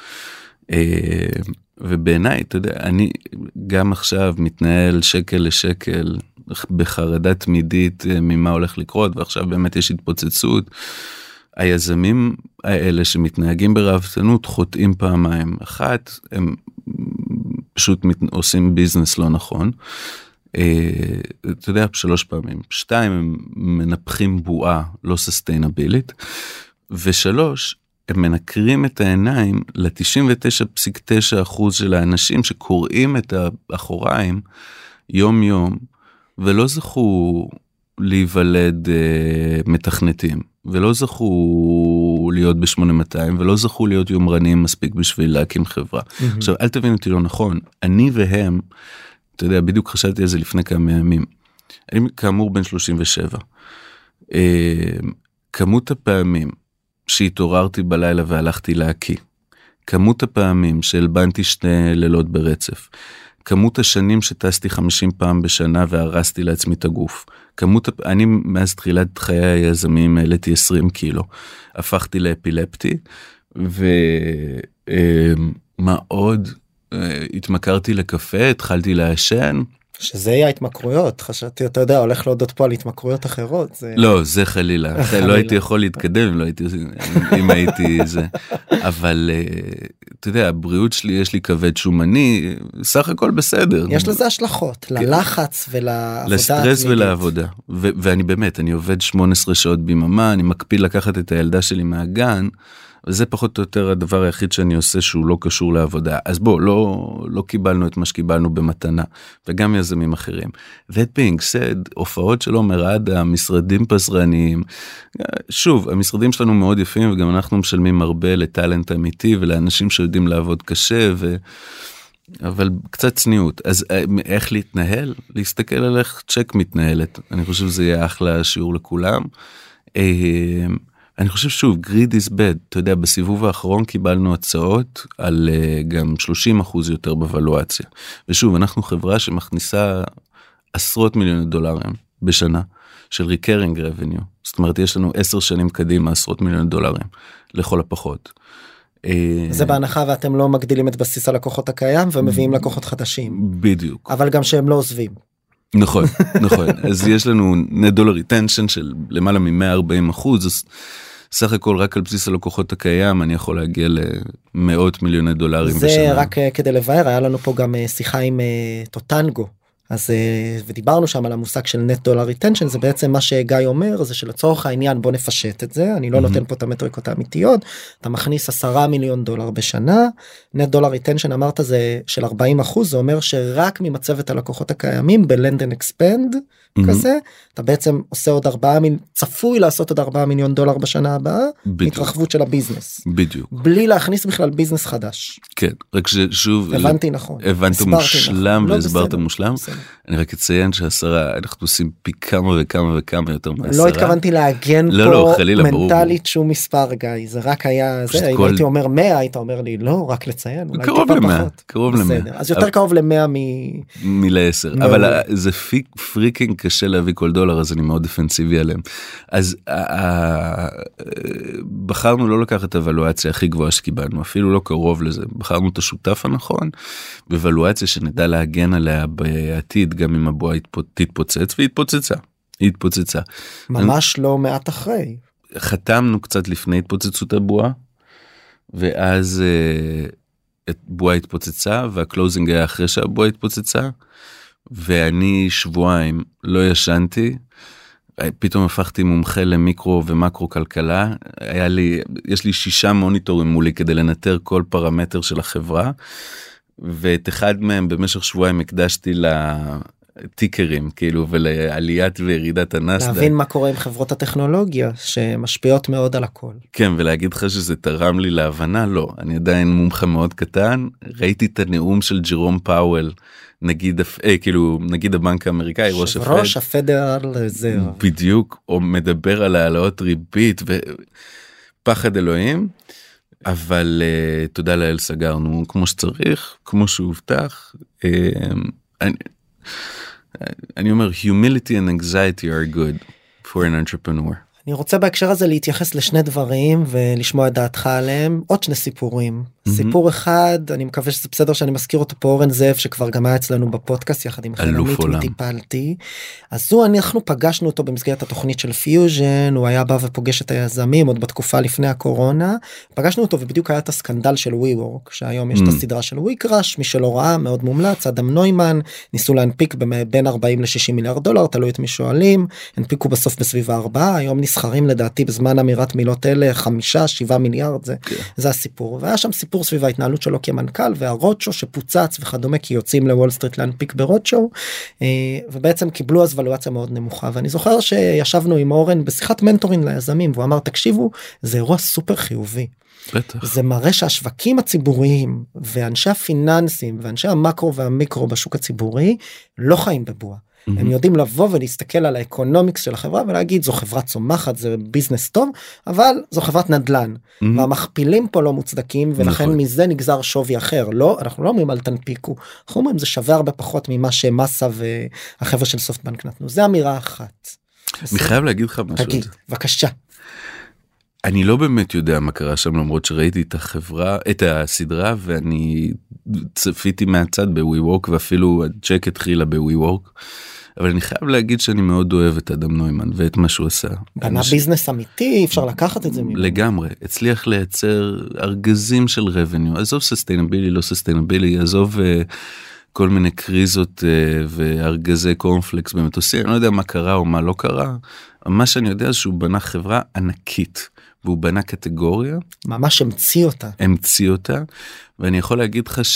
Speaker 2: ובעיניי, אתה יודע, אני גם עכשיו מתנהל שקל לשקל בחרדה תמידית ממה הולך לקרות, ועכשיו באמת יש התפוצצות. היזמים האלה שמתנהגים ברהבתנות חוטאים פעמיים. אחת, הם פשוט עושים ביזנס לא נכון. אתה יודע, 3 פעמים. 2, הם מנפחים בועה לא ססטיינבילית. ו3, הם מנקרים את העיניים ל-99.9% של האנשים שקוראים את האחוריים יום יום, ולא זכו להיוולד מתכנתים, ולא זכו להיות ב-8200, ולא זכו להיות יומרניים מספיק בשביל להקים חברה. עכשיו, אל תבין אותי לא נכון, אני והם, אתה יודע, בדיוק חשבתי על זה לפני כמה ימים, אני כאמור בן 37, כמות הפעמים, שהתעוררתי בלילה והלכתי להקיא. כמות הפעמים שהלבנתי 2 לילות ברצף. כמות השנים שטסתי 50 פעם בשנה והרסתי לעצמי את הגוף. אני מאז תחילת חיי היזמים העליתי 20 קילו. הפכתי לאפילפטי, ומה עוד? התמכרתי לקפה, התחלתי לעשן.
Speaker 1: שזה יהיה התמכרויות, חשבתי, אתה יודע, הולך להודות פה על התמכרויות אחרות.
Speaker 2: לא, זה חלילה, לא הייתי יכול להתקדם, אם הייתי זה, אבל אתה יודע, הבריאות שלי, יש לי כבד שומני, סך הכל בסדר.
Speaker 1: יש לזה השלכות, ללחץ ולעבודה.
Speaker 2: לסטרס ולעבודה, ואני באמת, אני עובד 18 שעות ביממה, אני מקפיד לקחת את הילדה שלי מהגן, וזה פחות או יותר הדבר היחיד שאני עושה שהוא לא קשור לעבודה. אז בוא, לא קיבלנו את מה שקיבלנו במתנה, וגם יזמים אחרים. That being said, הופעות של עומר אדם, משרדים פזרניים, שוב, המשרדים שלנו מאוד יפים, וגם אנחנו משלמים הרבה לטלנט אמיתי, ולאנשים שיודעים לעבוד קשה, אבל קצת צניעות. אז איך להתנהל? להסתכל על איך צ'ק מתנהלת. אני חושב שזה יהיה אחלה שיעור לכולם. אני חושב שוב, greed is bad. אתה יודע, בסיבוב האחרון קיבלנו הצעות על גם 30% יותר בוולואציה. ושוב, אנחנו חברה שמכניסה עשרות מיליוני דולרים בשנה של recurring revenue. זאת אומרת, יש לנו 10 שנים קדימה עשרות מיליוני דולרים, לכל הפחות.
Speaker 1: זה בהנחה ואתם לא מגדילים את בסיס הלקוחות הקיים ומביאים לקוחות חדשים.
Speaker 2: בדיוק.
Speaker 1: אבל גם שהם לא עוזבים.
Speaker 2: נכון, נכון. אז יש לנו net dollar retention של למעלה מ-140%, אז סך הכל רק על בסיס הלקוחות הקיים, אני יכול להגיע למאות מיליוני דולרים בשנה.
Speaker 1: זה רק כדי לבאר, היה לנו פה גם שיחה עם טוטנגו. אז ודיברנו שם על המושג של net dollar retention, זה בעצם מה שגיא אומר, זה שלצורך העניין בוא נפשט את זה, אני לא נותן פה את המטריקות האמיתיות, אתה מכניס 10 מיליון דולר בשנה, net dollar retention אמרת זה של 40%, זה אומר שרק ממצבת הלקוחות הקיימים ב-land and expand כזה, אתה בעצם עושה עוד צפוי לעשות עוד 4 מיליון דולר בשנה הבאה, התרחבות של הביזנס.
Speaker 2: בדיוק.
Speaker 1: בלי להכניס בכלל ביזנס חדש.
Speaker 2: כן, רק ששוב,
Speaker 1: הבנתי נכון.
Speaker 2: הבנת מושלם והסברת מושלם. אני רק אציין אנחנו עושים פי כמה וכמה וכמה יותר מ10.
Speaker 1: לא התכוונתי להגן פה מנטלית שום מספר, גיא, זה רק היה זה, אם הייתי אומר 100, היית אומר לי לא, רק לציין, אולי טיפה פחות.
Speaker 2: קרוב ל-100.
Speaker 1: אז יותר קרוב ל-100
Speaker 2: מ-10, אבל זה פריקינג קשה להביא כל דולר, אז אני מאוד דפנסיבי עליהם. אז בחרנו לא לקחת את הוולואציה הכי גבוהה שקיבלנו, אפילו לא קרוב לזה, בחרנו את השותף הנכון, בוולואציה שנדע להגן עליה בעתיד, גם אם הבועה תתפוצץ, והיא התפוצצה.
Speaker 1: ממש לא מעט אחרי.
Speaker 2: חתמנו קצת לפני התפוצצות הבועה, ואז בועה התפוצצה, והקלוזינג היה אחרי שהבועה התפוצצה, ואני שבועיים לא ישנתי, פתאום הפכתי מומחה למיקרו ומקרו כלכלה, יש לי 6 מוניטורים מולי כדי לנטר כל פרמטר של החברה, ואת אחד מהם במשך שבועיים הקדשתי לטיקרים, כאילו, ולעליית וירידת הנסדק.
Speaker 1: להבין מה קורה עם חברות הטכנולוגיה, שמשפיעות מאוד על הכל.
Speaker 2: כן, ולהגיד לך שזה תרם לי להבנה, לא, אני עדיין מומחה מאוד קטן, ראיתי את הנאום של ג'רום פאוול, נגיד הבנק האמריקאי,
Speaker 1: ראש הפדרל רזרב.
Speaker 2: בדיוק, או מדבר על העלאות ריבית ופחד אלוהים, אבל תודה לאל סגרנו כמו שצריך, כמו שהובטח. אני אומר, humility and anxiety are good for an entrepreneur.
Speaker 1: אני רוצה בהקשר הזה להתייחס לשני דברים ולשמוע את דעתך עליהם. עוד 2 סיפורים. סיפור אחד, אני מקווה שזה בסדר שאני מזכיר אותו פה, אורן זאב, שכבר גם היה אצלנו בפודקאסט יחד עם חלומית וטיפלתי. אז אנחנו פגשנו אותו במסגרת התוכנית של פיוז'ן, הוא היה בא ופוגש את היזמים עוד בתקופה לפני הקורונה. פגשנו אותו ובדיוק היה את הסקנדל של WeWork, שהיום יש את הסדרה של WeCrash, מי שלא ראה, מאוד מומלץ, אדם נוימן, ניסו להנפיק בין 40 ל-60 מיליארד דולר, תלוי את מי שואלים, הנפיקו בסוף בסביבה 4, היום נסחרים לדעתי בזמן אמירת מילות אלה 5-7 מיליארד, זה הסיפור. והיה שם סיפור סביב ההתנהלות שלו כמנכ"ל והרודשו שפוצץ וכדומה, כי יוצאים לוול סטריט להנפיק ברודשו, ובעצם קיבלו אז ולואציה מאוד נמוכה. ואני זוכר שישבנו עם אורן בשיחת מנטורין ליזמים, והוא אמר, תקשיבו, זה אירוע סופר חיובי.
Speaker 2: בטח.
Speaker 1: זה מראה שהשווקים הציבוריים ואנשי הפיננסים ואנשי המקרו והמיקרו בשוק הציבורי לא חיים בבועה. הם יודעים לבוא ולהסתכל על האקונומיקס של החברה ולהגיד זו חברה צומחת, זה ביזנס טוב, אבל זו חברת נדל"ן. והמכפילים פה לא מוצדקים, ולכן מזה נגזר שווי אחר. לא, אנחנו לא אומרים על תנפיקו, אנחנו אומרים זה שווה הרבה פחות ממה שמסה והחבר'ה של סופטבנק נתנו. זה אמירה אחת.
Speaker 2: אני חייב להגיד לך משהו.
Speaker 1: תגיד, בבקשה.
Speaker 2: אני לא באמת יודע מה קרה שם, למרות שראיתי את הסדרה, ואני צפיתי מהצד ב-WeWork, ואפילו הצ'ק התחילה ב-WeWork, אבל אני חייב להגיד שאני מאוד אוהב את אדם נוימן, ואת מה שהוא עשה.
Speaker 1: בנה ביזנס אמיתי, אפשר לקחת את זה ממנו.
Speaker 2: לגמרי, הצליח לייצר ארגזים של revenue, עזוב sustainability, לא sustainability, עזוב כל מיני קריזות וארגזי קורנפלקס במטוסים, אני לא יודע מה קרה או מה לא קרה, מה שאני יודע זה שהוא בנה חברה ענקית, והוא בנה קטגוריה.
Speaker 1: ממש המציא אותה. ואני יכול להגיד לך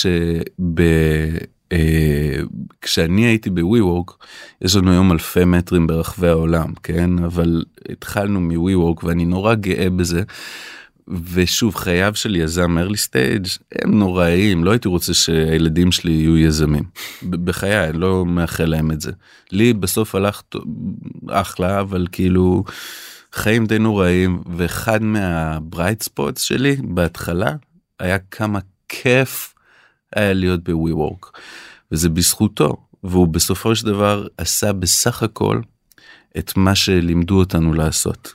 Speaker 1: כשאני הייתי ב-WeWork, יש לנו היום אלפי מטרים ברחבי העולם, כן? אבל התחלנו מ-WeWork ואני נורא גאה בזה, ושוב, חייו של יזם early stage הם נוראיים, לא הייתי רוצה שהילדים שלי יהיו יזמים. בחיי, אני לא מאחל להם את זה. לי בסוף הלך אחלה, אבל כאילו,
Speaker 2: חיים די נוראים, ואחד מהברייט ספוטס שלי בהתחלה היה כמה כיף היה להיות ב-WeWork, וזה בזכותו, והוא בסופו של דבר עשה בסך הכל את מה שלימדו אותנו לעשות.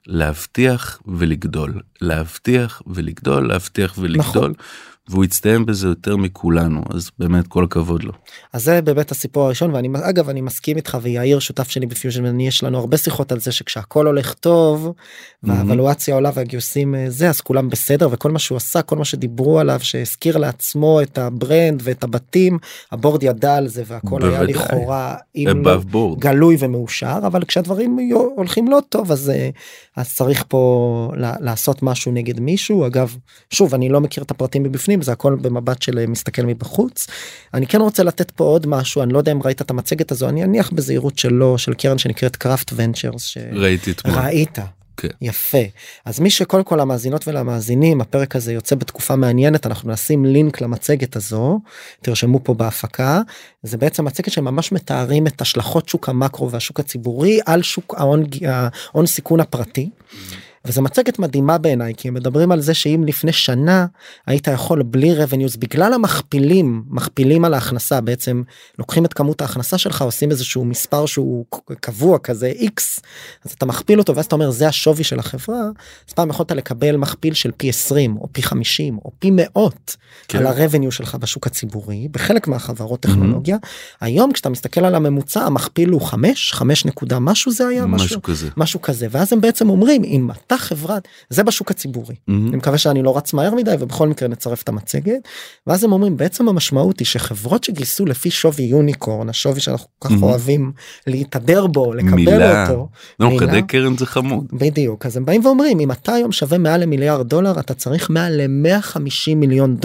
Speaker 2: להבטיח ולגדול, להבטיח ולגדול, להבטיח ולגדול, והוא הצטיים בזה יותר מכולנו, אז באמת כל הכבוד לו.
Speaker 1: אז זה באמת הסיפור הראשון, ואני אגב אני מסכים איתך, ויאיר שותף שלי בפיוז'ן, יש לנו הרבה שיחות על זה שכשהכל הולך טוב, והאבלואציה עולה והגיוסים זה, אז כולם בסדר, וכל מה שהוא עשה, כל מה שדיברו עליו, שהזכיר לעצמו את הברנד ואת הבתים, הבורד ידע על זה, והכל היה לכאורה גלוי ומאושר, אבל כשהדברים הולכים לא טוב, אז צריך פה לעשות משהו נגד מישהו. אגב, שוב, אני לא מכיר את הפרטים מבפנים, זה הכל במבט של מסתכל מבחוץ. אני כן רוצה לתת פה עוד משהו, אני לא יודע אם ראית את המצגת הזו, אני אניח בזהירות שלו, של קרן שנקראת קראפט ונצ'רס.
Speaker 2: ראיתי אתמול.
Speaker 1: ראית?
Speaker 2: כן.
Speaker 1: יפה. אז מי שכל כל המאזינות ולמאזינים, הפרק הזה יוצא בתקופה מעניינת, אנחנו נשים לינק למצגת הזו, תרשמו פה בהפקה, זה בעצם מצגת שממש מתארים את השלכות שוק המקרו והשוק הציבורי על שוק ההון סיכון הפרטי. וזה מצגת מדהימה בעיניי, כי הם מדברים על זה שאם לפני שנה היית יכול בלי revenues, בגלל מכפילים על ההכנסה, בעצם לוקחים את כמות ההכנסה שלך, עושים איזשהו מספר שהוא קבוע כזה X, אז אתה מכפיל אותו, ואז אתה אומר זה השווי של החברה, אז פעם יכולת לקבל מכפיל של פי 20, או פי 50, או פי 100, כן. על ה-revenue שלך בשוק הציבורי, בחלק מהחברות טכנולוגיה. היום כשאתה מסתכל על הממוצע, המכפיל הוא 5 נקודה משהו זה היה, משהו כזה, ואז הם בעצם אומרים, אם אתה חברת, זה בשוק הציבורי. אני מקווה שאני לא רץ מהר מדי, ובכל מקרה נצרף את המצגת. ואז הם אומרים, בעצם המשמעות היא שחברות שגייסו לפי שווי יוניקורן, השווי שאנחנו כל כך אוהבים להתהדר בו, לקבל אותו.
Speaker 2: לא, כדי קרן זה חמוד.
Speaker 1: בדיוק. אז הם באים ואומרים, אם אתה היום שווה מעל $1 מיליארד, אתה צריך מעל $150 מיליון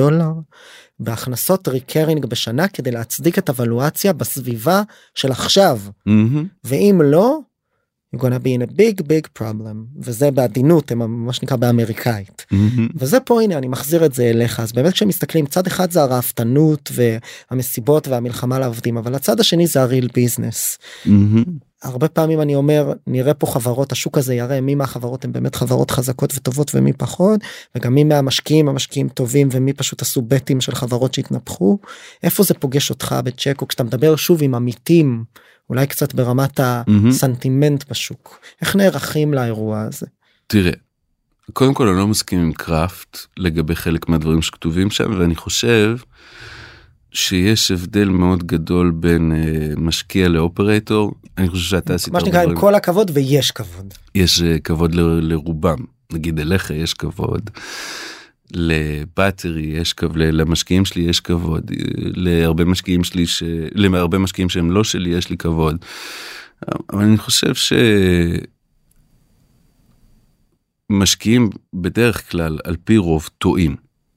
Speaker 1: בהכנסות ריקרינג בשנה, כדי להצדיק את הוולואציה בסביבה של עכשיו. ואם לא, you're gonna be in a big problem, וזה בעדינות, מה שנקרא באמריקאית. וזה פה, הנה, אני מחזיר את זה אליך, אז באמת כשמסתכלים, צד אחד זה הרעפתנות והמסיבות והמלחמה לעובדים, אבל הצד השני זה הריל ביזנס. הרבה פעמים אני אומר, נראה פה חברות, השוק הזה יראה מי מהחברות הן באמת חברות חזקות וטובות ומי פחות, וגם מי מהמשקיעים, המשקיעים טובים, ומי פשוט עשו בטים של חברות שהתנפחו. איפה זה פוגש אותך בצ'ק, או כשאתה מדבר שוב עם עמיתים, אולי קצת ברמת הסנטימנט בשוק. איך נערכים לאירוע הזה?
Speaker 2: תראה, קודם כל אני לא מסכים עם קראפט לגבי חלק מהדברים שכתובים שם, ואני חושב שיש הבדל מאוד גדול בין משקיע לאופרטור. אני חושב שאתה עשית...
Speaker 1: מה שנקרא, עם כל הכבוד ויש כבוד.
Speaker 2: יש כבוד לרובם. נגיד אליך יש כבוד. לבטרי יש כבוד, למשקיעים שלי יש כבוד, להרבה משקיעים שהם לא שלי יש לי כבוד, אבל אני חושב שמשקיעים בדרך כלל על פי רוב טועים,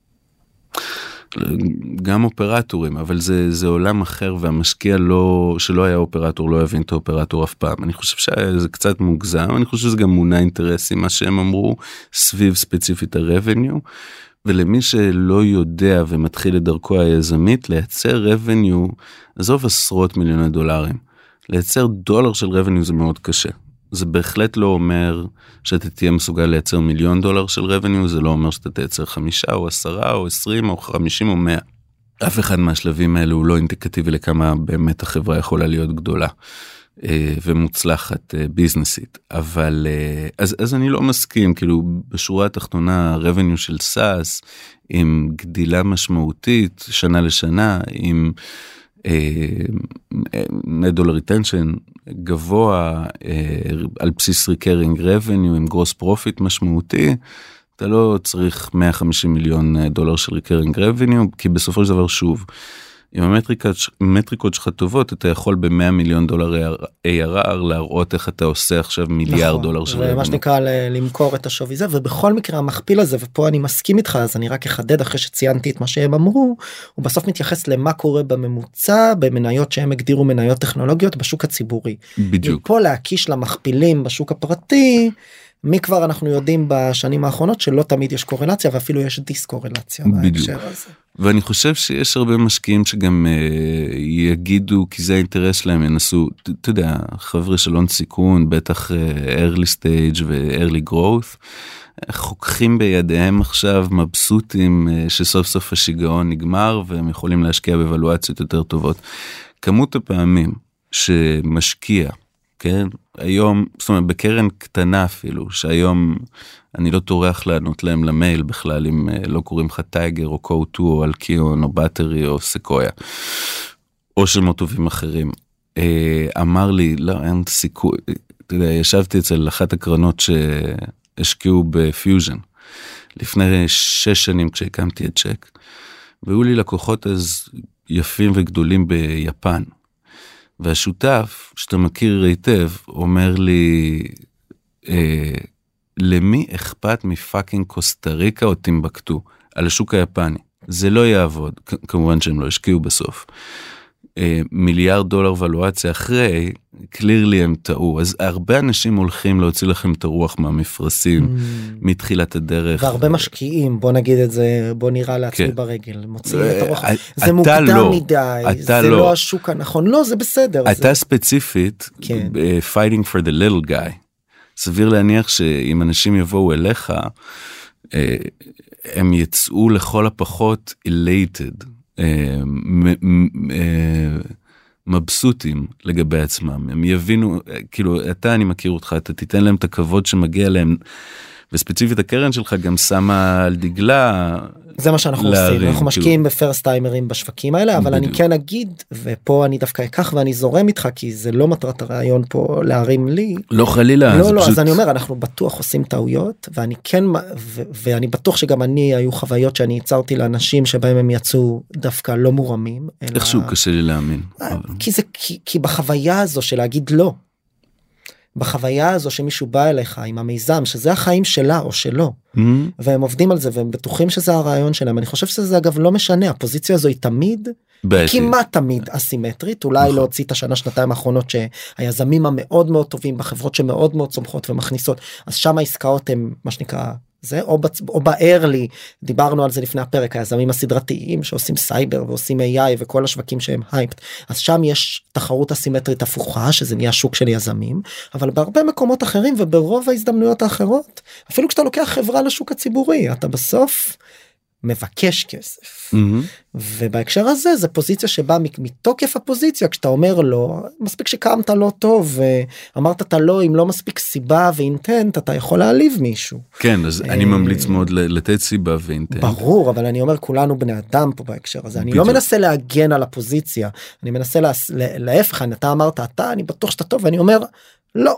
Speaker 2: גם אופרטורים, אבל זה עולם אחר, והמשקיע שלא היה אופרטור לא יבין את האופרטור אף פעם. אני חושב שזה קצת מוגזם, אני חושב שזה גם מונע אינטרסים, מה שהם אמרו, סביב ספציפית הרבניו, ולמי שלא יודע ומתחיל את דרכו היזמית, לייצר רבניו, עזוב עשרות מיליוני דולרים, לייצר $1 של רבניו זה מאוד קשה. זה בהחלט לא אומר שאתה תהיה מסוגל לייצר $1 מיליון של רבניו, זה לא אומר שאתה תייצר 5 או 10 או 20 או 50 או 100. אף אחד מהשלבים האלו הוא לא אינדיקטיבי לכמה באמת החברה יכולה להיות גדולה ומוצלחת ביזנסית. אבל אז אני לא מסכים, כאילו בשורה התחתונה הרבניו של סאס עם גדילה משמעותית שנה לשנה, עם net dollar retention גבוה על בסיס recurring revenue עם gross profit משמעותי, אתה לא צריך $150 מיליון של recurring revenue, כי בסופו של דבר שוב, אם המטריקות שלך טובות, אתה יכול ב$100 מיליון ARR להראות איך אתה עושה עכשיו $1 מיליארד של revenue.
Speaker 1: מה שנקרא למכור את השווי זה, ובכל מקרה המכפיל הזה, ופה אני מסכים איתך, אז אני רק אחדד אחרי שציינתי את מה שהם אמרו, הוא בסוף מתייחס למה קורה בממוצע, במניות שהם הגדירו מניות טכנולוגיות בשוק הציבורי.
Speaker 2: בדיוק.
Speaker 1: ופה להקיש למכפילים בשוק הפרטי, מי כבר אנחנו יודעים בשנים האחרונות שלא תמיד יש קורלציה ואפילו יש דיסקורלציה בהקשר הזה.
Speaker 2: ואני חושב שיש הרבה משקיעים שגם יגידו, כי זה האינטרס שלהם, ינסו, אתה יודע, חבר'ה של הון סיכון, בטח early stage ו-early growth, חוקחים בידיהם עכשיו, מבסוטים שסוף סוף השיגעון נגמר, והם יכולים להשקיע בוולואציות יותר טובות. כמות הפעמים שמשקיע, כן, היום, זאת אומרת, בקרן קטנה אפילו, שהיום אני לא טורח לענות להם למייל בכלל, אם לא קוראים לך טייגר או קו-2 או אלקיון או בטרי או סקויה, או שמות טובים אחרים. אמר לי, לא, אין סיכוי, אתה יודע, ישבתי אצל אחת הקרנות שהשקיעו בפיוז'ן, לפני 6 שנים כשהקמתי את צ'ק, והיו לי לקוחות אז יפים וגדולים ביפן, והשותף, שאתה מכיר היטב, אומר לי, למי אכפת מפאקינג קוסטה ריקה או טימבקטו, על השוק היפני? זה לא יעבוד, כמובן שהם לא השקיעו בסוף. $1 מיליארד ולואציה אחרי, קלירלי הם טעו, אז הרבה אנשים הולכים להוציא לכם את הרוח מהמפרשים, מתחילת הדרך.
Speaker 1: והרבה משקיעים, בוא נגיד את זה, בוא נראה לעצמי ברגל, מוציאים את הרוח, זה מוקדם מדי, זה לא השוק הנכון, לא, זה בסדר.
Speaker 2: אתה ספציפית, fighting for the little guy, סביר להניח שאם אנשים יבואו אליך, הם יצאו לכל הפחות elated, מבסוטים לגבי עצמם, הם יבינו, כאילו אני מכיר אותך, אתה תיתן להם את הכבוד שמגיע להם, וספציפית הקרן שלך גם שמה על דגלה,
Speaker 1: זה מה שאנחנו עושים, אנחנו משקיעים בפרסט טיימרים בשווקים האלה, אבל אני כן אגיד, ופה אני דווקא אקח ואני זורם איתך, כי זה לא מטרת הרעיון פה להרים לי.
Speaker 2: לא חלילה.
Speaker 1: לא, אז אני אומר, אנחנו בטוח עושים טעויות, ואני כן, ואני בטוח שגם היו חוויות שאני ייצרתי לאנשים שבהם הם יצאו דווקא לא מורמים.
Speaker 2: איכשהו קשה לי להאמין.
Speaker 1: כי בחוויה הזו של להגיד לא, בחוויה הזו שמישהו בא אליך עם המיזם, שזה החיים שלה או שלו, והם עובדים על זה, והם בטוחים שזה הרעיון שלהם. אני חושב שזה אגב לא משנה, הפוזיציה הזו היא תמיד, כמעט תמיד אסימטרית, אולי להוציא את השנה-שנתיים האחרונות שהיזמים המאוד מאוד טובים, בחברות שמאוד מאוד צומחות ומכניסות, אז שם העסקאות הם, מה שנקרא, זה, או בארלי, דיברנו על זה לפני הפרק, היזמים הסדרתיים שעושים סייבר ועושים AI וכל השווקים שהם הייפט, אז שם יש תחרות אסימטרית הפוכה, שזה נהיה שוק של יזמים, אבל בהרבה מקומות אחרים וברוב ההזדמנויות האחרות, אפילו כשאתה לוקח חברה לשוק הציבורי, אתה בסוף מבקש כסף. ובהקשר הזה, זה פוזיציה שבאה מתוקף הפוזיציה, כשאתה אומר לא, מספיק שקמת לא טוב, ואמרת אתה לא, אם לא מספיק סיבה ואינטנט, אתה יכול להעליב מישהו.
Speaker 2: כן, אז אני ממליץ מאוד לתת סיבה ואינטנט.
Speaker 1: ברור, אבל אני אומר, כולנו בני אדם פה בהקשר הזה, אני לא מנסה להגן על הפוזיציה, אני מנסה להפך, אתה אמרת, אני בטוח שאתה טוב, ואני אומר, לא.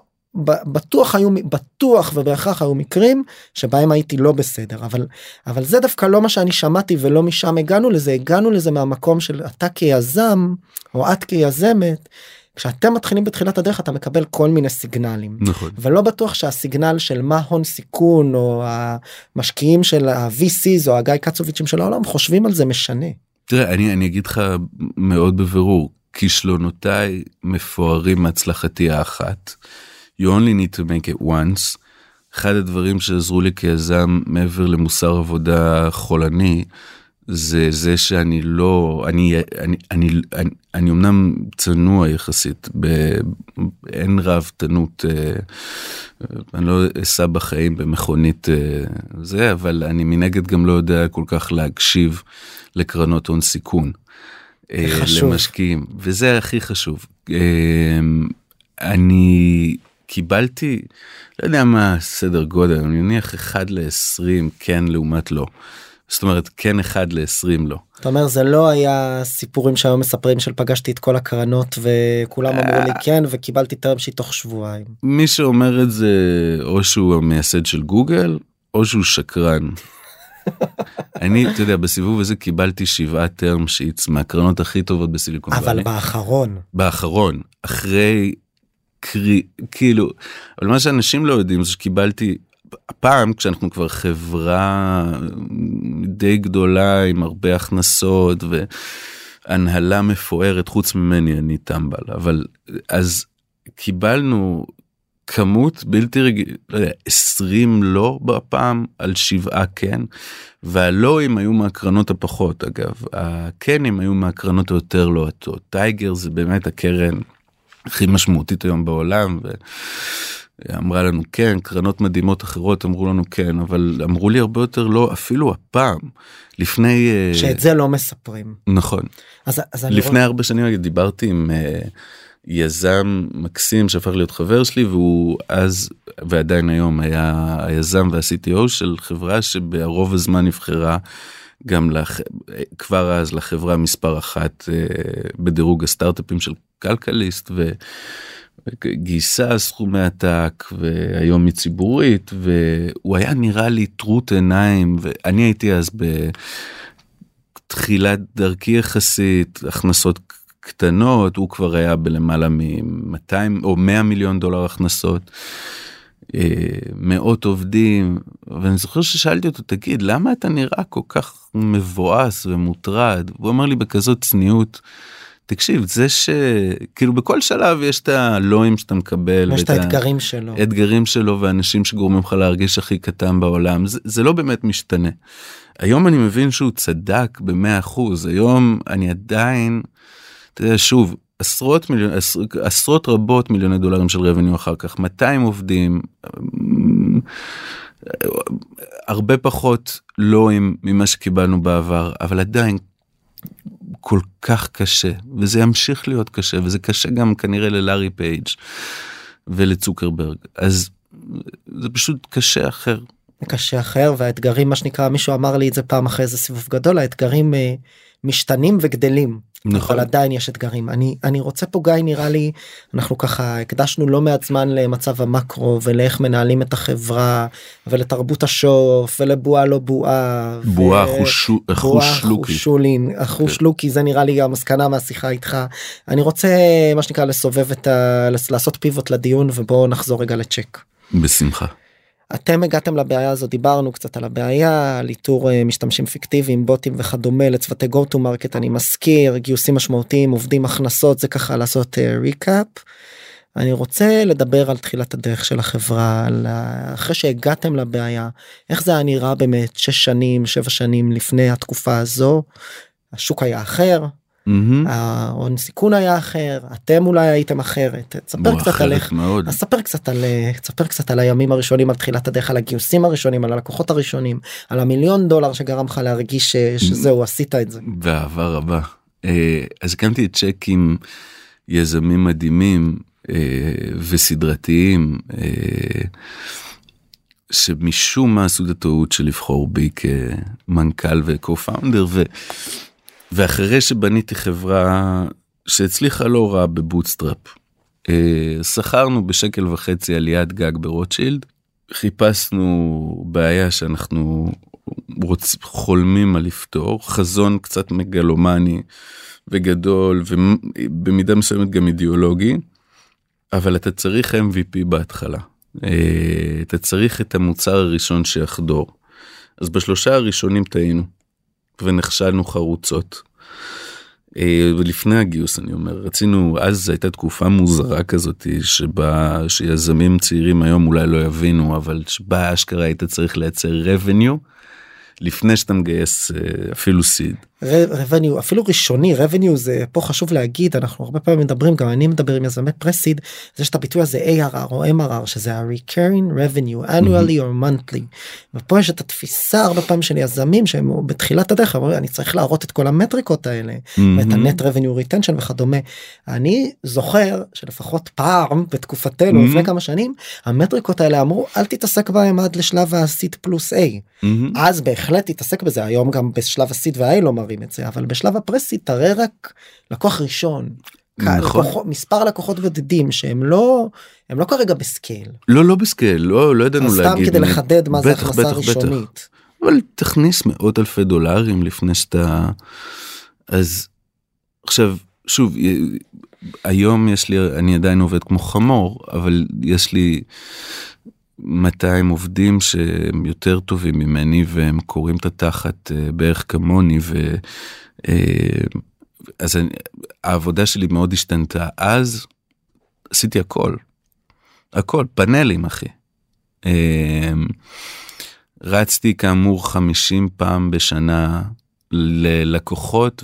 Speaker 1: בטוח ובהכרח היו מקרים שבהם הייתי לא בסדר, אבל זה דווקא לא מה שאני שמעתי ולא משם הגענו לזה מהמקום של אתה כיזם או את כיזמת, כשאתם מתחילים בתחילת הדרך אתה מקבל כל מיני סיגנלים,
Speaker 2: נכון.
Speaker 1: ולא בטוח שהסיגנל של מה הון סיכון או המשקיעים של ה-VCs או הגיא קצוביצ'ים של העולם חושבים על זה משנה.
Speaker 2: תראה, אני אגיד לך מאוד בבירור, כישלונותיי מפוארים מהצלחתי האחת, you only need to make it once. אחד הדברים שעזרו לי כיזם מעבר למוסר עבודה חולני, זה שאני לא, אני אמנם צנוע יחסית, אין רעבתנות, אני לא אסע בחיים במכונית זה, אבל אני מנגד גם לא יודע כל כך להקשיב לקרנות הון סיכון. למשקיעים, וזה הכי חשוב. אני קיבלתי, לא יודע מה סדר גודל, אני מניח 1-20 כן לעומת לא. זאת אומרת, כן 1-20 לא.
Speaker 1: אתה אומר, זה לא היה סיפורים שהיום מספרים של פגשתי את כל הקרנות וכולם אמרו לי כן וקיבלתי טרם שהיא תוך שבועיים.
Speaker 2: מי שאומר את זה, או שהוא המייסד של גוגל, או שהוא שקרן. אני, אתה יודע, בסיבוב הזה קיבלתי 7 טרם שיטס מהקרנות הכי טובות בסיליקון ואלי.
Speaker 1: אבל באחרון,
Speaker 2: אחרי כאילו, אבל מה שאנשים לא יודעים זה שקיבלתי, הפעם כשאנחנו כבר חברה די גדולה עם הרבה הכנסות והנהלה מפוארת, חוץ ממני אני טמבל, אבל אז קיבלנו כמות בלתי רגיל, לא יודע, 20 לא בפעם, על 7 כן, והלואים היו מהקרנות הפחות, אגב, הכנים היו מהקרנות היותר לא עטות, טייגר זה באמת הקרן הכי משמעותית היום בעולם, ואמרה לנו כן, קרנות מדהימות אחרות אמרו לנו כן, אבל אמרו לי הרבה יותר לא, אפילו הפעם, לפני...
Speaker 1: שאת זה לא מספרים.
Speaker 2: נכון.
Speaker 1: אז
Speaker 2: לפני 4 שנים דיברתי עם... יזם מקסים שהפך להיות חבר שלי, והוא אז ועדיין היום היה היזם וה-CTO של חברה שברוב הזמן נבחרה גם כבר אז לחברה מספר 1 בדירוג הסטארט-אפים של כלכליסט, וגייסה סכומי עתק, והיום היא ציבורית, והוא היה נראה לי טרוט עיניים, ואני הייתי אז בתחילת דרכי יחסית, הכנסות קטנות, הוא כבר היה בלמעלה מ-200 או 100 מיליון דולר הכנסות, מאות עובדים, ואני זוכר ששאלתי אותו, תגיד, למה אתה נראה כל כך מבואס ומוטרד? הוא אמר לי בכזאת צניעות, תקשיב, זה כאילו בכל שלב יש את הלואים שאתה מקבל,
Speaker 1: יש את האתגרים שלו.
Speaker 2: אתגרים שלו, ואנשים שגורמים לך להרגיש הכי קטן בעולם, זה לא באמת משתנה. היום אני מבין שהוא צדק ב100%, היום אני עדיין, אתה יודע, שוב, עשרות רבות מיליוני דולרים של רבניו אחר כך, 200 עובדים, הרבה פחות לואים ממה שקיבלנו בעבר, אבל עדיין כל כך קשה, וזה ימשיך להיות קשה, וזה קשה גם כנראה ללארי פייג' ולצוקרברג, אז זה פשוט קשה אחר.
Speaker 1: קשה אחר, והאתגרים, מה שנקרא, מישהו אמר לי את זה פעם אחרי איזה סיבוב גדול, האתגרים משתנים וגדלים. נכון. אבל עדיין יש אתגרים. אני רוצה פה, גיא, נראה לי, אנחנו ככה הקדשנו לא מעט זמן למצב המקרו, ולאיך מנהלים את החברה, ולתרבות השוף, ולבועה לא בועה.
Speaker 2: בועה חושלוקי.
Speaker 1: החושלוקי, זה נראה לי המסקנה מהשיחה איתך. אני רוצה, מה שנקרא, לסובב לעשות פיבוט לדיון, ובואו נחזור רגע לצ'ק.
Speaker 2: בשמחה.
Speaker 1: אתם הגעתם לבעיה הזו, דיברנו קצת על הבעיה, על איתור משתמשים פיקטיביים, בוטים וכדומה, לצוותי go to market, אני מזכיר, גיוסים משמעותיים, עובדים, הכנסות, זה ככה לעשות ריקאפ. אני רוצה לדבר על תחילת הדרך של החברה, אחרי שהגעתם לבעיה, איך זה היה נראה באמת 6 שנים, 7 שנים לפני התקופה הזו, השוק היה אחר, ההון סיכון היה אחר, אתם אולי הייתם אחרת. תספר קצת עליך, תספר קצת על הימים הראשונים, על תחילת הדרך, על הגיוסים הראשונים, על הלקוחות הראשונים, על $1,000,000 שגרם לך להרגיש שזהו, עשית את זה.
Speaker 2: באהבה רבה. אז הקמתי את צ'ק עם יזמים מדהימים וסדרתיים, שמשום מה עשו את הטעות של לבחור בי כמנכ"ל וקו-פאונדר, ואחרי שבניתי חברה שהצליחה לא רע בבוטסטראפ, שכרנו ב1.5 עליית גג ברוטשילד, חיפשנו בעיה שאנחנו חולמים על לפתור, חזון קצת מגלומני וגדול, ובמידה מסוימת גם אידיאולוגי, אבל אתה צריך MVP בהתחלה. אתה צריך את המוצר הראשון שיחדור. אז ב3 הראשונים טעינו. ונכשלנו חרוצות. ולפני הגיוס אני אומר, רצינו, אז הייתה תקופה מוזרה כזאת, שיזמים צעירים היום אולי לא יבינו, אבל שבה אשכרה היית צריך לייצר revenue, לפני שאתה מגייס אפילו סיד.
Speaker 1: revenue, אפילו ראשוני, revenue זה פה חשוב להגיד, אנחנו הרבה פעמים מדברים, גם אני מדבר עם יזמי פרסיד, זה שאת הביטוי הזה ARR או MRR, שזה ה-recurring revenue, annually or monthly, ופה יש את התפיסה הרבה פעמים של יזמים, שהם בתחילת הדרך, אני צריך להראות את כל המטריקות האלה, ואת ה-net revenue retention וכדומה. אני זוכר שלפחות פעם בתקופתנו, לפני כמה שנים, המטריקות האלה אמרו, אל תתעסק בהם עד לשלב ה-seed plus A. אז בהחלט תתעסק בזה, היום גם בשלב ה-seed וה-A לא מראים את זה, אבל בשלב הפרסי תראה רק לקוח ראשון, מספר לקוחות בודדים שהם לא כרגע בסקייל.
Speaker 2: לא בסקייל, לא ידענו להגיד.
Speaker 1: סתם כדי לחדד מה זה הכנסה ראשונית.
Speaker 2: אבל תכניס מאות אלפי דולרים לפני שאתה, אז עכשיו שוב, היום יש לי, אני עדיין עובד כמו חמור, אבל יש לי 200 עובדים שהם יותר טובים ממני, והם קוראים את התחת בערך כמוני, אז העבודה שלי מאוד השתנתה. אז עשיתי הכל. הכל, פאנלים אחי. רצתי כאמור 50 פעם בשנה ללקוחות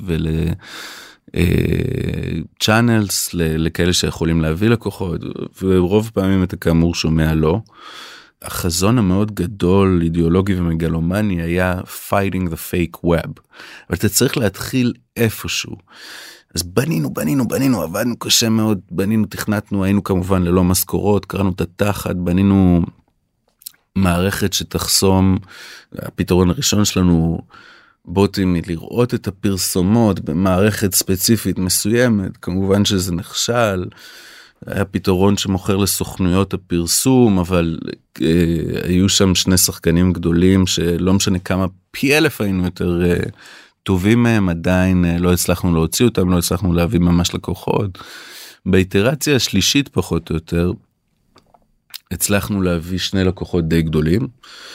Speaker 2: צ'אנלס לכאלה שיכולים להביא לקוחות, ורוב פעמים אתה כאמור שומע לא. החזון המאוד גדול, אידיאולוגי ומגלומני, היה fighting the fake web. אבל אתה צריך להתחיל איפשהו. אז בנינו, עבדנו קשה מאוד, תכנתנו, היינו כמובן ללא משכורות, קראנו את התחת, בנינו מערכת שתחסום. הפתרון הראשון שלנו, בוטים לראות את הפרסומות במערכת ספציפית מסוימת, כמובן שזה נכשל, היה פתרון שמוכר לסוכנויות הפרסום, אבל היו שם שני שחקנים גדולים שלא משנה כמה פי אלף היינו יותר טובים מהם, עדיין לא הצלחנו להוציא אותם, לא הצלחנו להביא ממש לקוחות. באיטרציה השלישית פחות או יותר, הצלחנו להביא שני לקוחות די גדולים,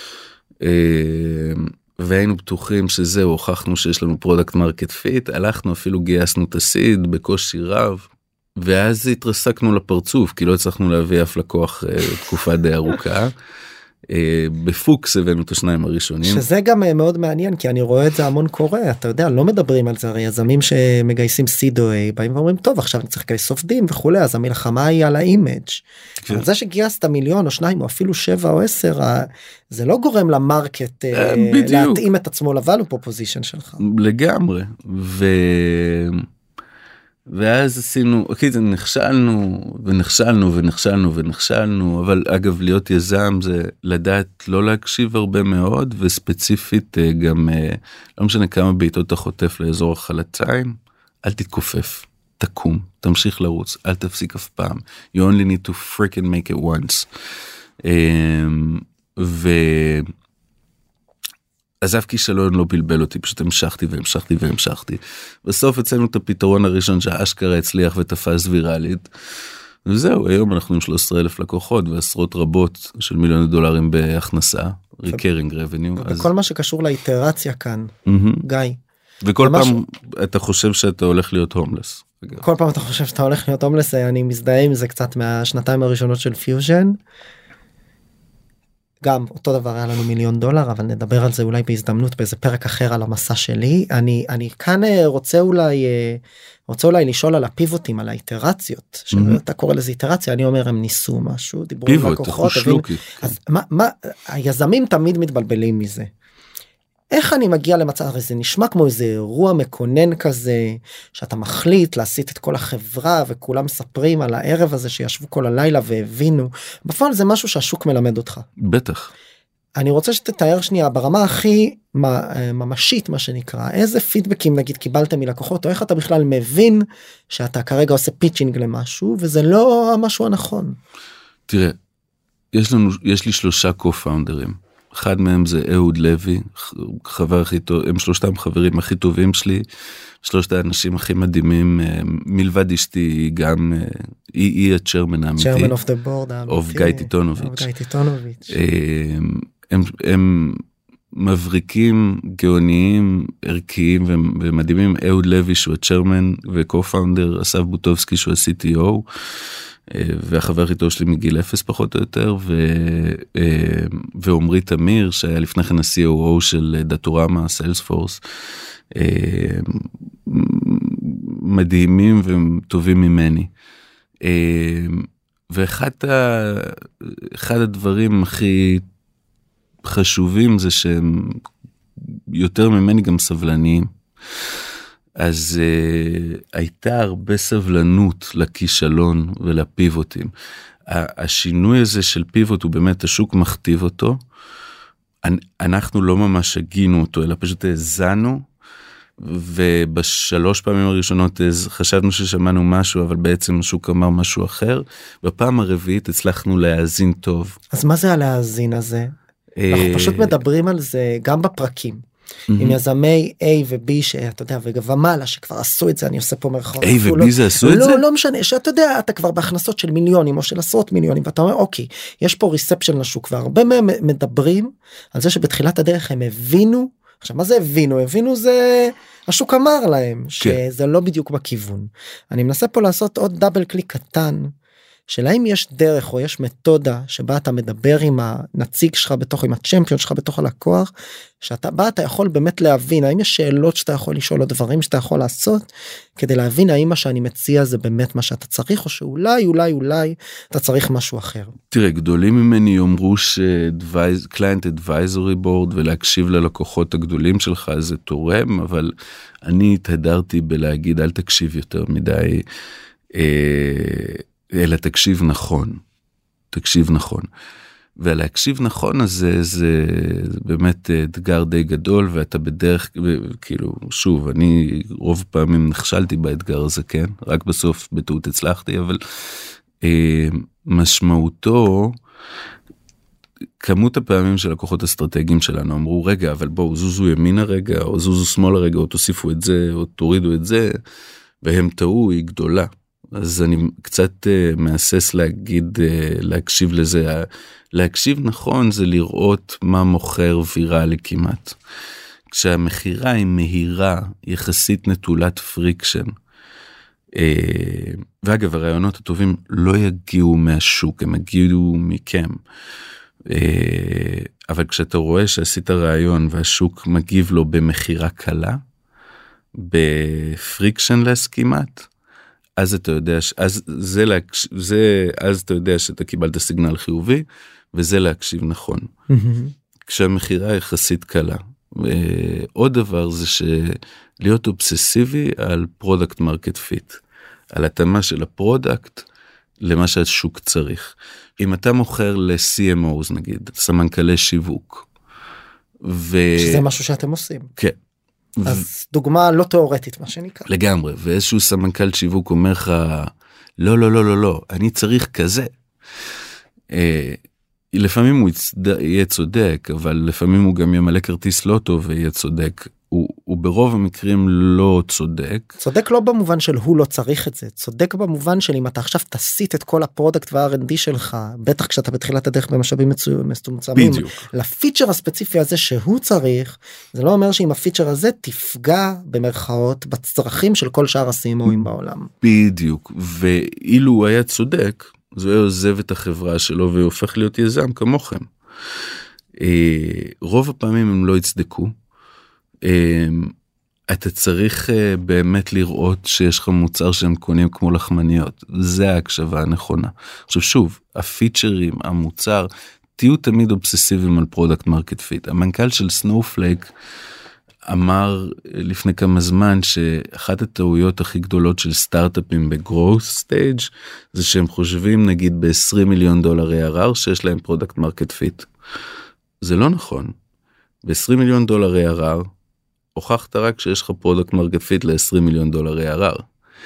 Speaker 2: והיינו בטוחים שזהו, הוכחנו שיש לנו פרודקט מרקט פיט, הלכנו אפילו גייסנו את הסיד בקושי רב, ואז התרסקנו לפרצוף, כי לא הצלחנו להביא אף לקוח תקופה די ארוכה. בפוקס הבאנו את השניים הראשונים.
Speaker 1: שזה גם מאוד מעניין, כי אני רואה את זה המון קורה, אתה יודע, לא מדברים על זה, הרי יזמים שמגייסים סיד או איי, באים ואומרים, טוב, עכשיו אני צריך לגייס עובדים וכולי, אז המלחמה היא על האימג'. אבל זה שגייסת 1 מיליון או 2 או אפילו 7 או 10, זה לא גורם למרקט להתאים את עצמו לvalue proposition שלך.
Speaker 2: לגמרי, ואז עשינו, אוקיי, זה נכשלנו, אבל אגב להיות יזם זה לדעת לא להקשיב הרבה מאוד, וספציפית גם, לא משנה כמה בעיתות אתה חוטף לאזור החלציים, אל תתכופף, תקום, תמשיך לרוץ, אל תפסיק אף פעם, you only need to freaking make it once. עזב כישלון לא בלבל אותי, פשוט המשכתי. בסוף הצלנו את הפתרון הראשון שהאשכרה הצליח ותפס ויראלית, וזהו, היום אנחנו עם 13,000 לקוחות ועשרות רבות של $1,000,000 בהכנסה, recurring revenue.
Speaker 1: וכל מה שקשור לאיטרציה כאן, גיא.
Speaker 2: וכל פעם אתה חושב שאתה הולך להיות הומלס.
Speaker 1: כל פעם אתה חושב שאתה הולך להיות הומלס, אני מזדהה עם זה קצת מהשנתיים הראשונות של פיוז'ן. גם אותו דבר היה לנו $1,000,000, אבל נדבר על זה אולי בהזדמנות באיזה פרק אחר על המסע שלי. אני כאן רוצה אולי לשאול על הפיבוטים, על האיטרציות, שאתה קורא לזה איטרציה, אני אומר הם ניסו משהו, דיברו עם לקוחות, אז מה, היזמים תמיד מתבלבלים מזה. איך אני מגיע למצב, הרי זה נשמע כמו איזה אירוע מקונן כזה, שאתה מחליט להסיט את כל החברה, וכולם מספרים על הערב הזה שישבו כל הלילה והבינו. בפועל זה משהו שהשוק מלמד אותך.
Speaker 2: בטח.
Speaker 1: אני רוצה שתתאר שנייה, ברמה הכי ממשית מה שנקרא, איזה פידבקים נגיד קיבלתם מלקוחות, או איך אתה בכלל מבין שאתה כרגע עושה פיצ'ינג למשהו, וזה לא המשהו הנכון.
Speaker 2: תראה, יש לי 3 co-founders. אחד מהם זה אהוד לוי, חבר הכי טוב, הם 3 חברים הכי טובים שלי, 3 האנשים הכי מדהימים, מלבד אשתי, גם היא הצ'רמן האמיתי.
Speaker 1: Chairman of the board האמיתי.
Speaker 2: of גיא טיטונוביץ'. הם מבריקים, גאוניים, ערכיים ומדהימים. אהוד לוי שהוא הצ'רמן וקו-פאונדר, אסף בוטובסקי שהוא ה-CTO, והחבר הכי טוב שלי מגיל 0 פחות או יותר, ועומרי תמיר שהיה לפני כן ה-COO של דאטורמה, סיילספורס, מדהימים וטובים ממני. ואחד הדברים הכי חשובים זה שהם יותר ממני גם סבלניים. אז הייתה הרבה סבלנות לכישלון ולפיבוטים. השינוי הזה של פיבוט הוא באמת, השוק מכתיב אותו. אנחנו לא ממש הגינו אותו, אלא פשוט האזנו, וב3 פעמים הראשונות חשבנו ששמענו משהו, אבל בעצם השוק אמר משהו אחר. בפעם הרביעית הצלחנו להאזין טוב.
Speaker 1: אז מה זה הלהאזין הזה? אנחנו פשוט מדברים על זה גם בפרקים. עם יזמי A ו-B שאתה יודע, ומעלה שכבר עשו את זה, אני עושה פה מרחוב.
Speaker 2: A ו-B זה עשו את זה?
Speaker 1: לא משנה, שאתה יודע, אתה כבר בהכנסות של מיליונים או של עשרות מיליונים, ואתה אומר, אוקיי, יש פה ריספשן לשוק, והרבה מהם מדברים על זה שבתחילת הדרך הם הבינו, עכשיו מה זה הבינו? הבינו זה, השוק אמר להם, שזה לא בדיוק בכיוון. אני מנסה פה לעשות עוד דאבל קליק קטן, שלהם יש דרך או יש מתודה שבה אתה מדבר עם הנציג שלך בתוך, עם הצ'מפיון שלך בתוך הלקוח, שאתה בא, אתה יכול באמת להבין, האם יש שאלות שאתה יכול לשאול או דברים שאתה יכול לעשות, כדי להבין האם מה שאני מציע זה באמת מה שאתה צריך, או שאולי אתה צריך משהו אחר.
Speaker 2: תראה, גדולים ממני יאמרו ש-Client Advisory Board ולהקשיב ללקוחות הגדולים שלך זה תורם, אבל אני התהדרתי בלהגיד אל תקשיב יותר מדי, אלא תקשיב נכון. ולהקשיב נכון הזה זה באמת אתגר די גדול, ואתה בדרך, כאילו, שוב, אני רוב פעמים נכשלתי באתגר הזה, כן? רק בסוף בטעות הצלחתי, אבל משמעותו, כמות הפעמים של לקוחות אסטרטגיים שלנו אמרו, רגע, אבל בואו, זוזו ימינה רגע, או זוזו שמאלה רגע, או תוסיפו את זה, או תורידו את זה, והם טעו, היא גדולה. אז אני קצת מאסס להקשיב לזה. להקשיב נכון זה לראות מה מוכר ויראלי כמעט. כשהמחירה היא מהירה, יחסית נטולת פריקשן. ואגב, הרעיונות הטובים לא יגיעו מהשוק, הם יגיעו מכם. אבל כשאתה רואה שעשית רעיון והשוק מגיב לו במחירה קלה, בפריקשנלס כמעט, אז אתה יודע, אז אתה יודע שאתה קיבלת סיגנל חיובי, וזה להקשיב נכון. כשהמחירה יחסית קלה. עוד דבר זה להיות אובססיבי על פרודקט מרקט פיט, על התאמה של הפרודקט למה שהשוק צריך. אם אתה מוכר ל-CMOs נגיד, סמנכלי שיווק,
Speaker 1: שזה משהו שאתם עושים.
Speaker 2: כן.
Speaker 1: אז דוגמה לא תיאורטית מה שנקרא.
Speaker 2: לגמרי, ואיזשהו סמנכ"ל שיווק אומר לך, לא, אני צריך כזה. לפעמים הוא יהיה צודק, אבל לפעמים הוא גם ימלא כרטיס לא טוב ויהיה צודק. הוא ברוב המקרים לא צודק.
Speaker 1: צודק לא במובן של הוא לא צריך את זה, צודק במובן של אם אתה עכשיו תסיט את כל הפרודקט וה-R&D שלך, בטח כשאתה בתחילת הדרך במשאבים מצומצמים, לפיצ'ר הספציפי הזה שהוא צריך, זה לא אומר שאם הפיצ'ר הזה תפגע במרכאות בצרכים של כל שאר ה-CMOים בעולם.
Speaker 2: בדיוק, ואילו הוא היה צודק, אז הוא היה עוזב את החברה שלו והופך להיות יזם כמוכם. רוב הפעמים הם לא יצדקו, אתה צריך באמת לראות שיש לך מוצר שהם קונים כמו לחמניות, זה ההקשבה הנכונה. עכשיו שוב, הפיצ'רים, המוצר, תהיו תמיד אובססיביים על פרודקט מרקט פיט. המנכ"ל של סנופלייק אמר לפני כמה זמן שאחת הטעויות הכי גדולות של סטארט-אפים בגרוס סטייג' זה שהם חושבים נגיד ב$20 מיליון ARR שיש להם פרודקט מרקט פיט. זה לא נכון. ב$20 מיליון ARR הוכחת רק שיש לך פרודקט מרקט פיט ל$20 מיליון ARR.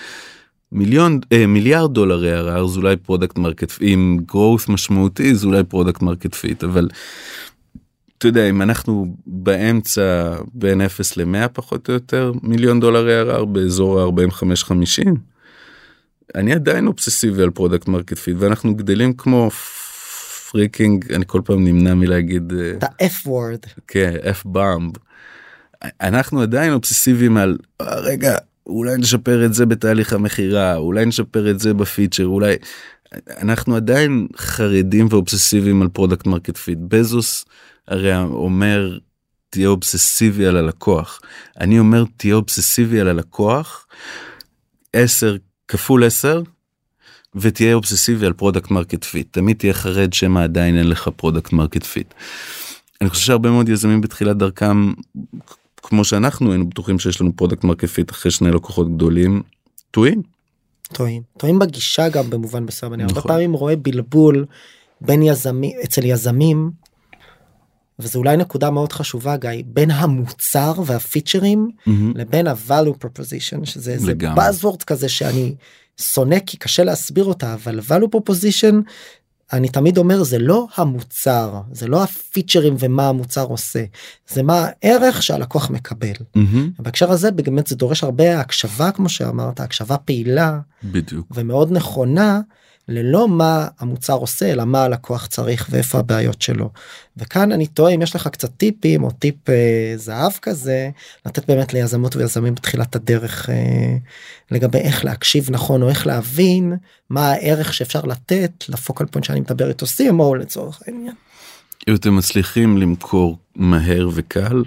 Speaker 2: מיליארד דולר ARR זה אולי פרודקט מרקט פיט, עם growth משמעותי זה אולי פרודקט מרקט פיט, אבל אתה יודע, אם אנחנו באמצע בין 0 ל-100 פחות או יותר, מיליון דולר ARR באזור ה-45-50, אני עדיין אובססיבי על פרודקט מרקט פיט, ואנחנו גדלים כמו פריקינג, אני כל פעם נמנע מלהגיד
Speaker 1: את ה-F-word.
Speaker 2: כן, F-bomb. אנחנו עדיין אובססיביים על, רגע, אולי נשפר את זה בתהליך המחירה, אולי נשפר את זה בפיצ'ר, אולי, אנחנו עדיין חרדים ואובססיביים על פרודקט מרקט פיט. בזוס הרי אומר, תהיה אובססיבי על הלקוח. אני אומר, תהיה אובססיבי על הלקוח, 10 כפול 10, ותהיה אובססיבי על פרודקט מרקט פיט. תמיד תהיה חרד שמה עדיין אין לך פרודקט מרקט פיט. אני חושב שהרבה מאוד יזמים בתחילת דרכם, כמו שאנחנו היינו בטוחים שיש לנו פרודקט מרקט פיט אחרי שני לקוחות גדולים,
Speaker 1: טועים בגישה גם במובן מסוים. אני הרבה פעמים רואה בלבול בין יזמים, אצל יזמים, וזה אולי נקודה מאוד חשובה גיא, בין המוצר והפיצ'רים לבין ה-value proposition, שזה buzzword כזה שאני שונא כי קשה להסביר אותה, אבל value proposition אני תמיד אומר זה לא המוצר, זה לא הפיצ'רים ומה המוצר עושה, זה מה הערך שהלקוח מקבל. בהקשר הזה באמת זה דורש הרבה הקשבה, כמו שאמרת, הקשבה פעילה,
Speaker 2: בדיוק.
Speaker 1: ומאוד נכונה, ללא מה המוצר עושה, אלא מה הלקוח צריך ואיפה הבעיות שלו. וכאן אני טועה, אם יש לך קצת טיפים או טיפ זהב כזה, לתת באמת ליזמות ויזמים בתחילת הדרך לגבי איך להקשיב נכון, או איך להבין מה הערך שאפשר לתת לפוקל פוינט שאני מדבר איתו, CMO לצורך העניין.
Speaker 2: אם אתם מצליחים למכור מהר וקל,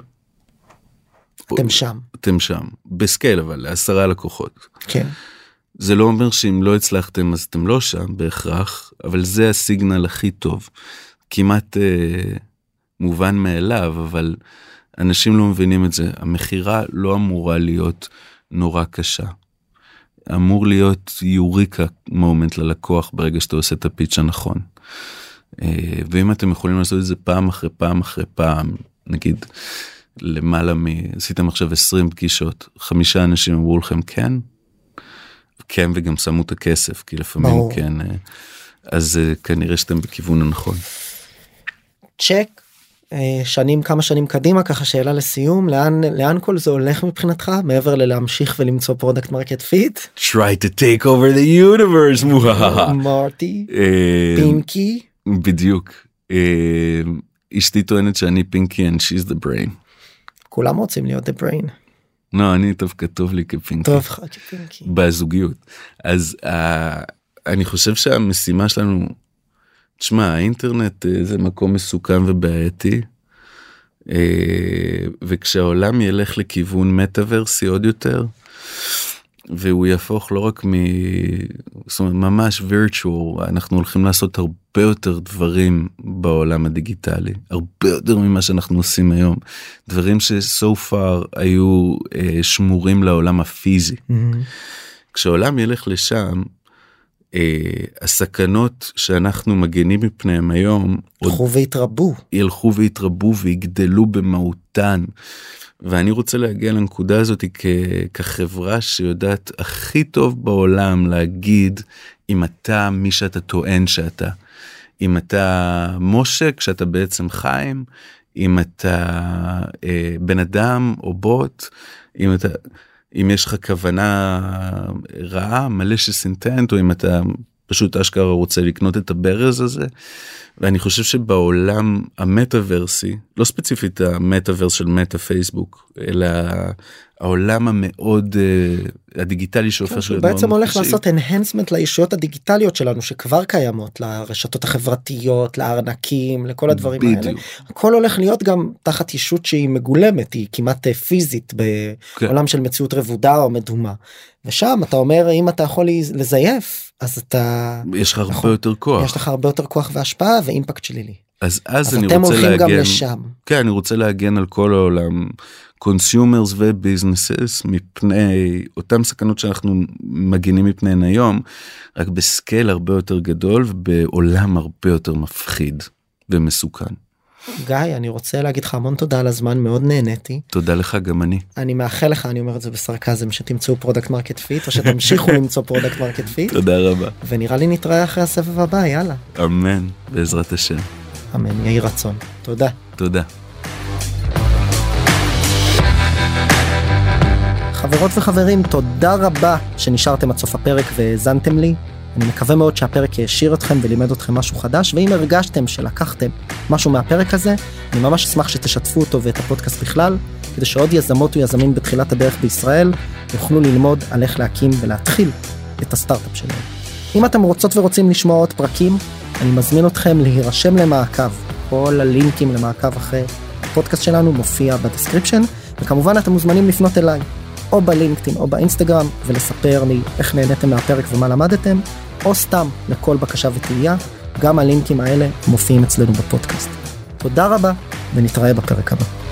Speaker 2: אתם שם. בסקייל אבל, 10 לקוחות.
Speaker 1: כן.
Speaker 2: זה לא אומר שאם לא הצלחתם אז אתם לא שם בהכרח, אבל זה הסיגנל הכי טוב. כמעט מובן מאליו, אבל אנשים לא מבינים את זה. המחירה לא אמורה להיות נורא קשה. אמור להיות יוריקה מומנט ללקוח ברגע שאתה עושה את הפיץ' הנכון. ואם אתם יכולים לעשות את זה פעם אחרי פעם אחרי פעם, נגיד למעלה עשיתם עכשיו 20 פגישות, 5 אנשים אמרו לכם כן וגם שמו את הכסף, כי לפעמים ברור. כן, אז כנראה שאתם בכיוון הנכון.
Speaker 1: צ'ק, כמה שנים קדימה, ככה שאלה לסיום, לאן כל זה הולך מבחינתך, מעבר ללהמשיך ולמצוא פרודקט מרקט פיט?
Speaker 2: Try to take over the universe,
Speaker 1: מרטי, פינקי.
Speaker 2: בדיוק. אשתי טוענת שאני פינקי and she's the brain.
Speaker 1: כולם רוצים להיות the brain.
Speaker 2: לא, אני דווקא טוב לי כפינקי.
Speaker 1: טוב לך כפינקי.
Speaker 2: בזוגיות. אז אני חושב שהמשימה שלנו, תשמע, האינטרנט זה מקום מסוכן ובעייתי, וכשהעולם ילך לכיוון מטאברסי עוד יותר, והוא יהפוך לא רק זאת אומרת, ממש virtual, אנחנו הולכים לעשות הרבה יותר דברים בעולם הדיגיטלי, הרבה יותר ממה שאנחנו עושים היום, דברים ש-so far היו שמורים לעולם הפיזי. כשהעולם ילך לשם, הסכנות שאנחנו מגנים מפניהם היום, ילכו והתרבו ויגדלו במהותן, ואני רוצה להגיע לנקודה הזאת כחברה שיודעת הכי טוב בעולם להגיד אם אתה מי שאתה טוען שאתה, אם אתה משה כשאתה בעצם חיים, אם אתה בן אדם או בוט, אם יש לך כוונה רעה, malicious intent, או אם אתה פשוט אשכרה רוצה לקנות את הברז הזה. ואני חושב שבעולם המטאברסי, לא ספציפית המטאברס של מטה פייסבוק, אלא העולם המאוד הדיגיטלי שהופך להיות מאוד
Speaker 1: בעצם הולך לעשות enhancement לאישויות הדיגיטליות שלנו שכבר קיימות, לרשתות החברתיות, לארנקים, לכל הדברים האלה. הכל הולך להיות גם תחת אישות שהיא מגולמת, היא כמעט פיזית בעולם של מציאות רבודה או מדומה. ושם אתה אומר, אם אתה יכול לזייף, אז אתה...
Speaker 2: יש לך הרבה יותר כוח.
Speaker 1: יש לך הרבה יותר כוח והשפעה ואימפקט שלילי.
Speaker 2: אז אני רוצה להגן, כן, אני רוצה להגן על כל העולם, consumers וביזנסס, מפני אותם סכנות שאנחנו מגינים מפניהן היום, רק בסקייל הרבה יותר גדול, ובעולם הרבה יותר מפחיד ומסוכן.
Speaker 1: גיא, אני רוצה להגיד לך המון תודה על הזמן, מאוד נהניתי.
Speaker 2: תודה לך, גם אני.
Speaker 1: אני מאחל לך, אני אומר את זה בסרקזם, שתמצאו פרודקט מרקט פיט, או שתמשיכו למצוא פרודקט מרקט פיט.
Speaker 2: תודה רבה.
Speaker 1: ונראה לי נתראה אחרי הסבב הבא, יאללה.
Speaker 2: אמן, בעזרת השם.
Speaker 1: אמן, יהי רצון. תודה.
Speaker 2: תודה.
Speaker 1: חברות וחברים, תודה רבה שנשארתם עד סוף הפרק והאזנתם לי. אני מקווה מאוד שהפרק ישיר אתכם ולימד אתכם משהו חדש, ואם הרגשתם שלקחתם משהו מהפרק הזה, אני ממש אשמח שתשתפו אותו ואת הפודקאסט בכלל, כדי שעוד יזמות ויזמים בתחילת הדרך בישראל יוכלו ללמוד על איך להקים ולהתחיל את הסטארט-אפ שלהם. אם אתם רוצות ורוצים לשמוע עוד פרקים, אני מזמין אתכם להירשם למעקב. כל הלינקים למעקב אחרי הפודקאסט שלנו מופיע בדסקריפשן, וכמובן אתם מוזמנים לפנות אליי, או בלינקדאין או באינסטגרם, ולספר לי איך נהניתם מהפרק ומה למדתם, או סתם לכל בקשה ותהייה, גם הלינקים האלה מופיעים אצלנו בפודקאסט. תודה רבה, ונתראה בפרק הבא.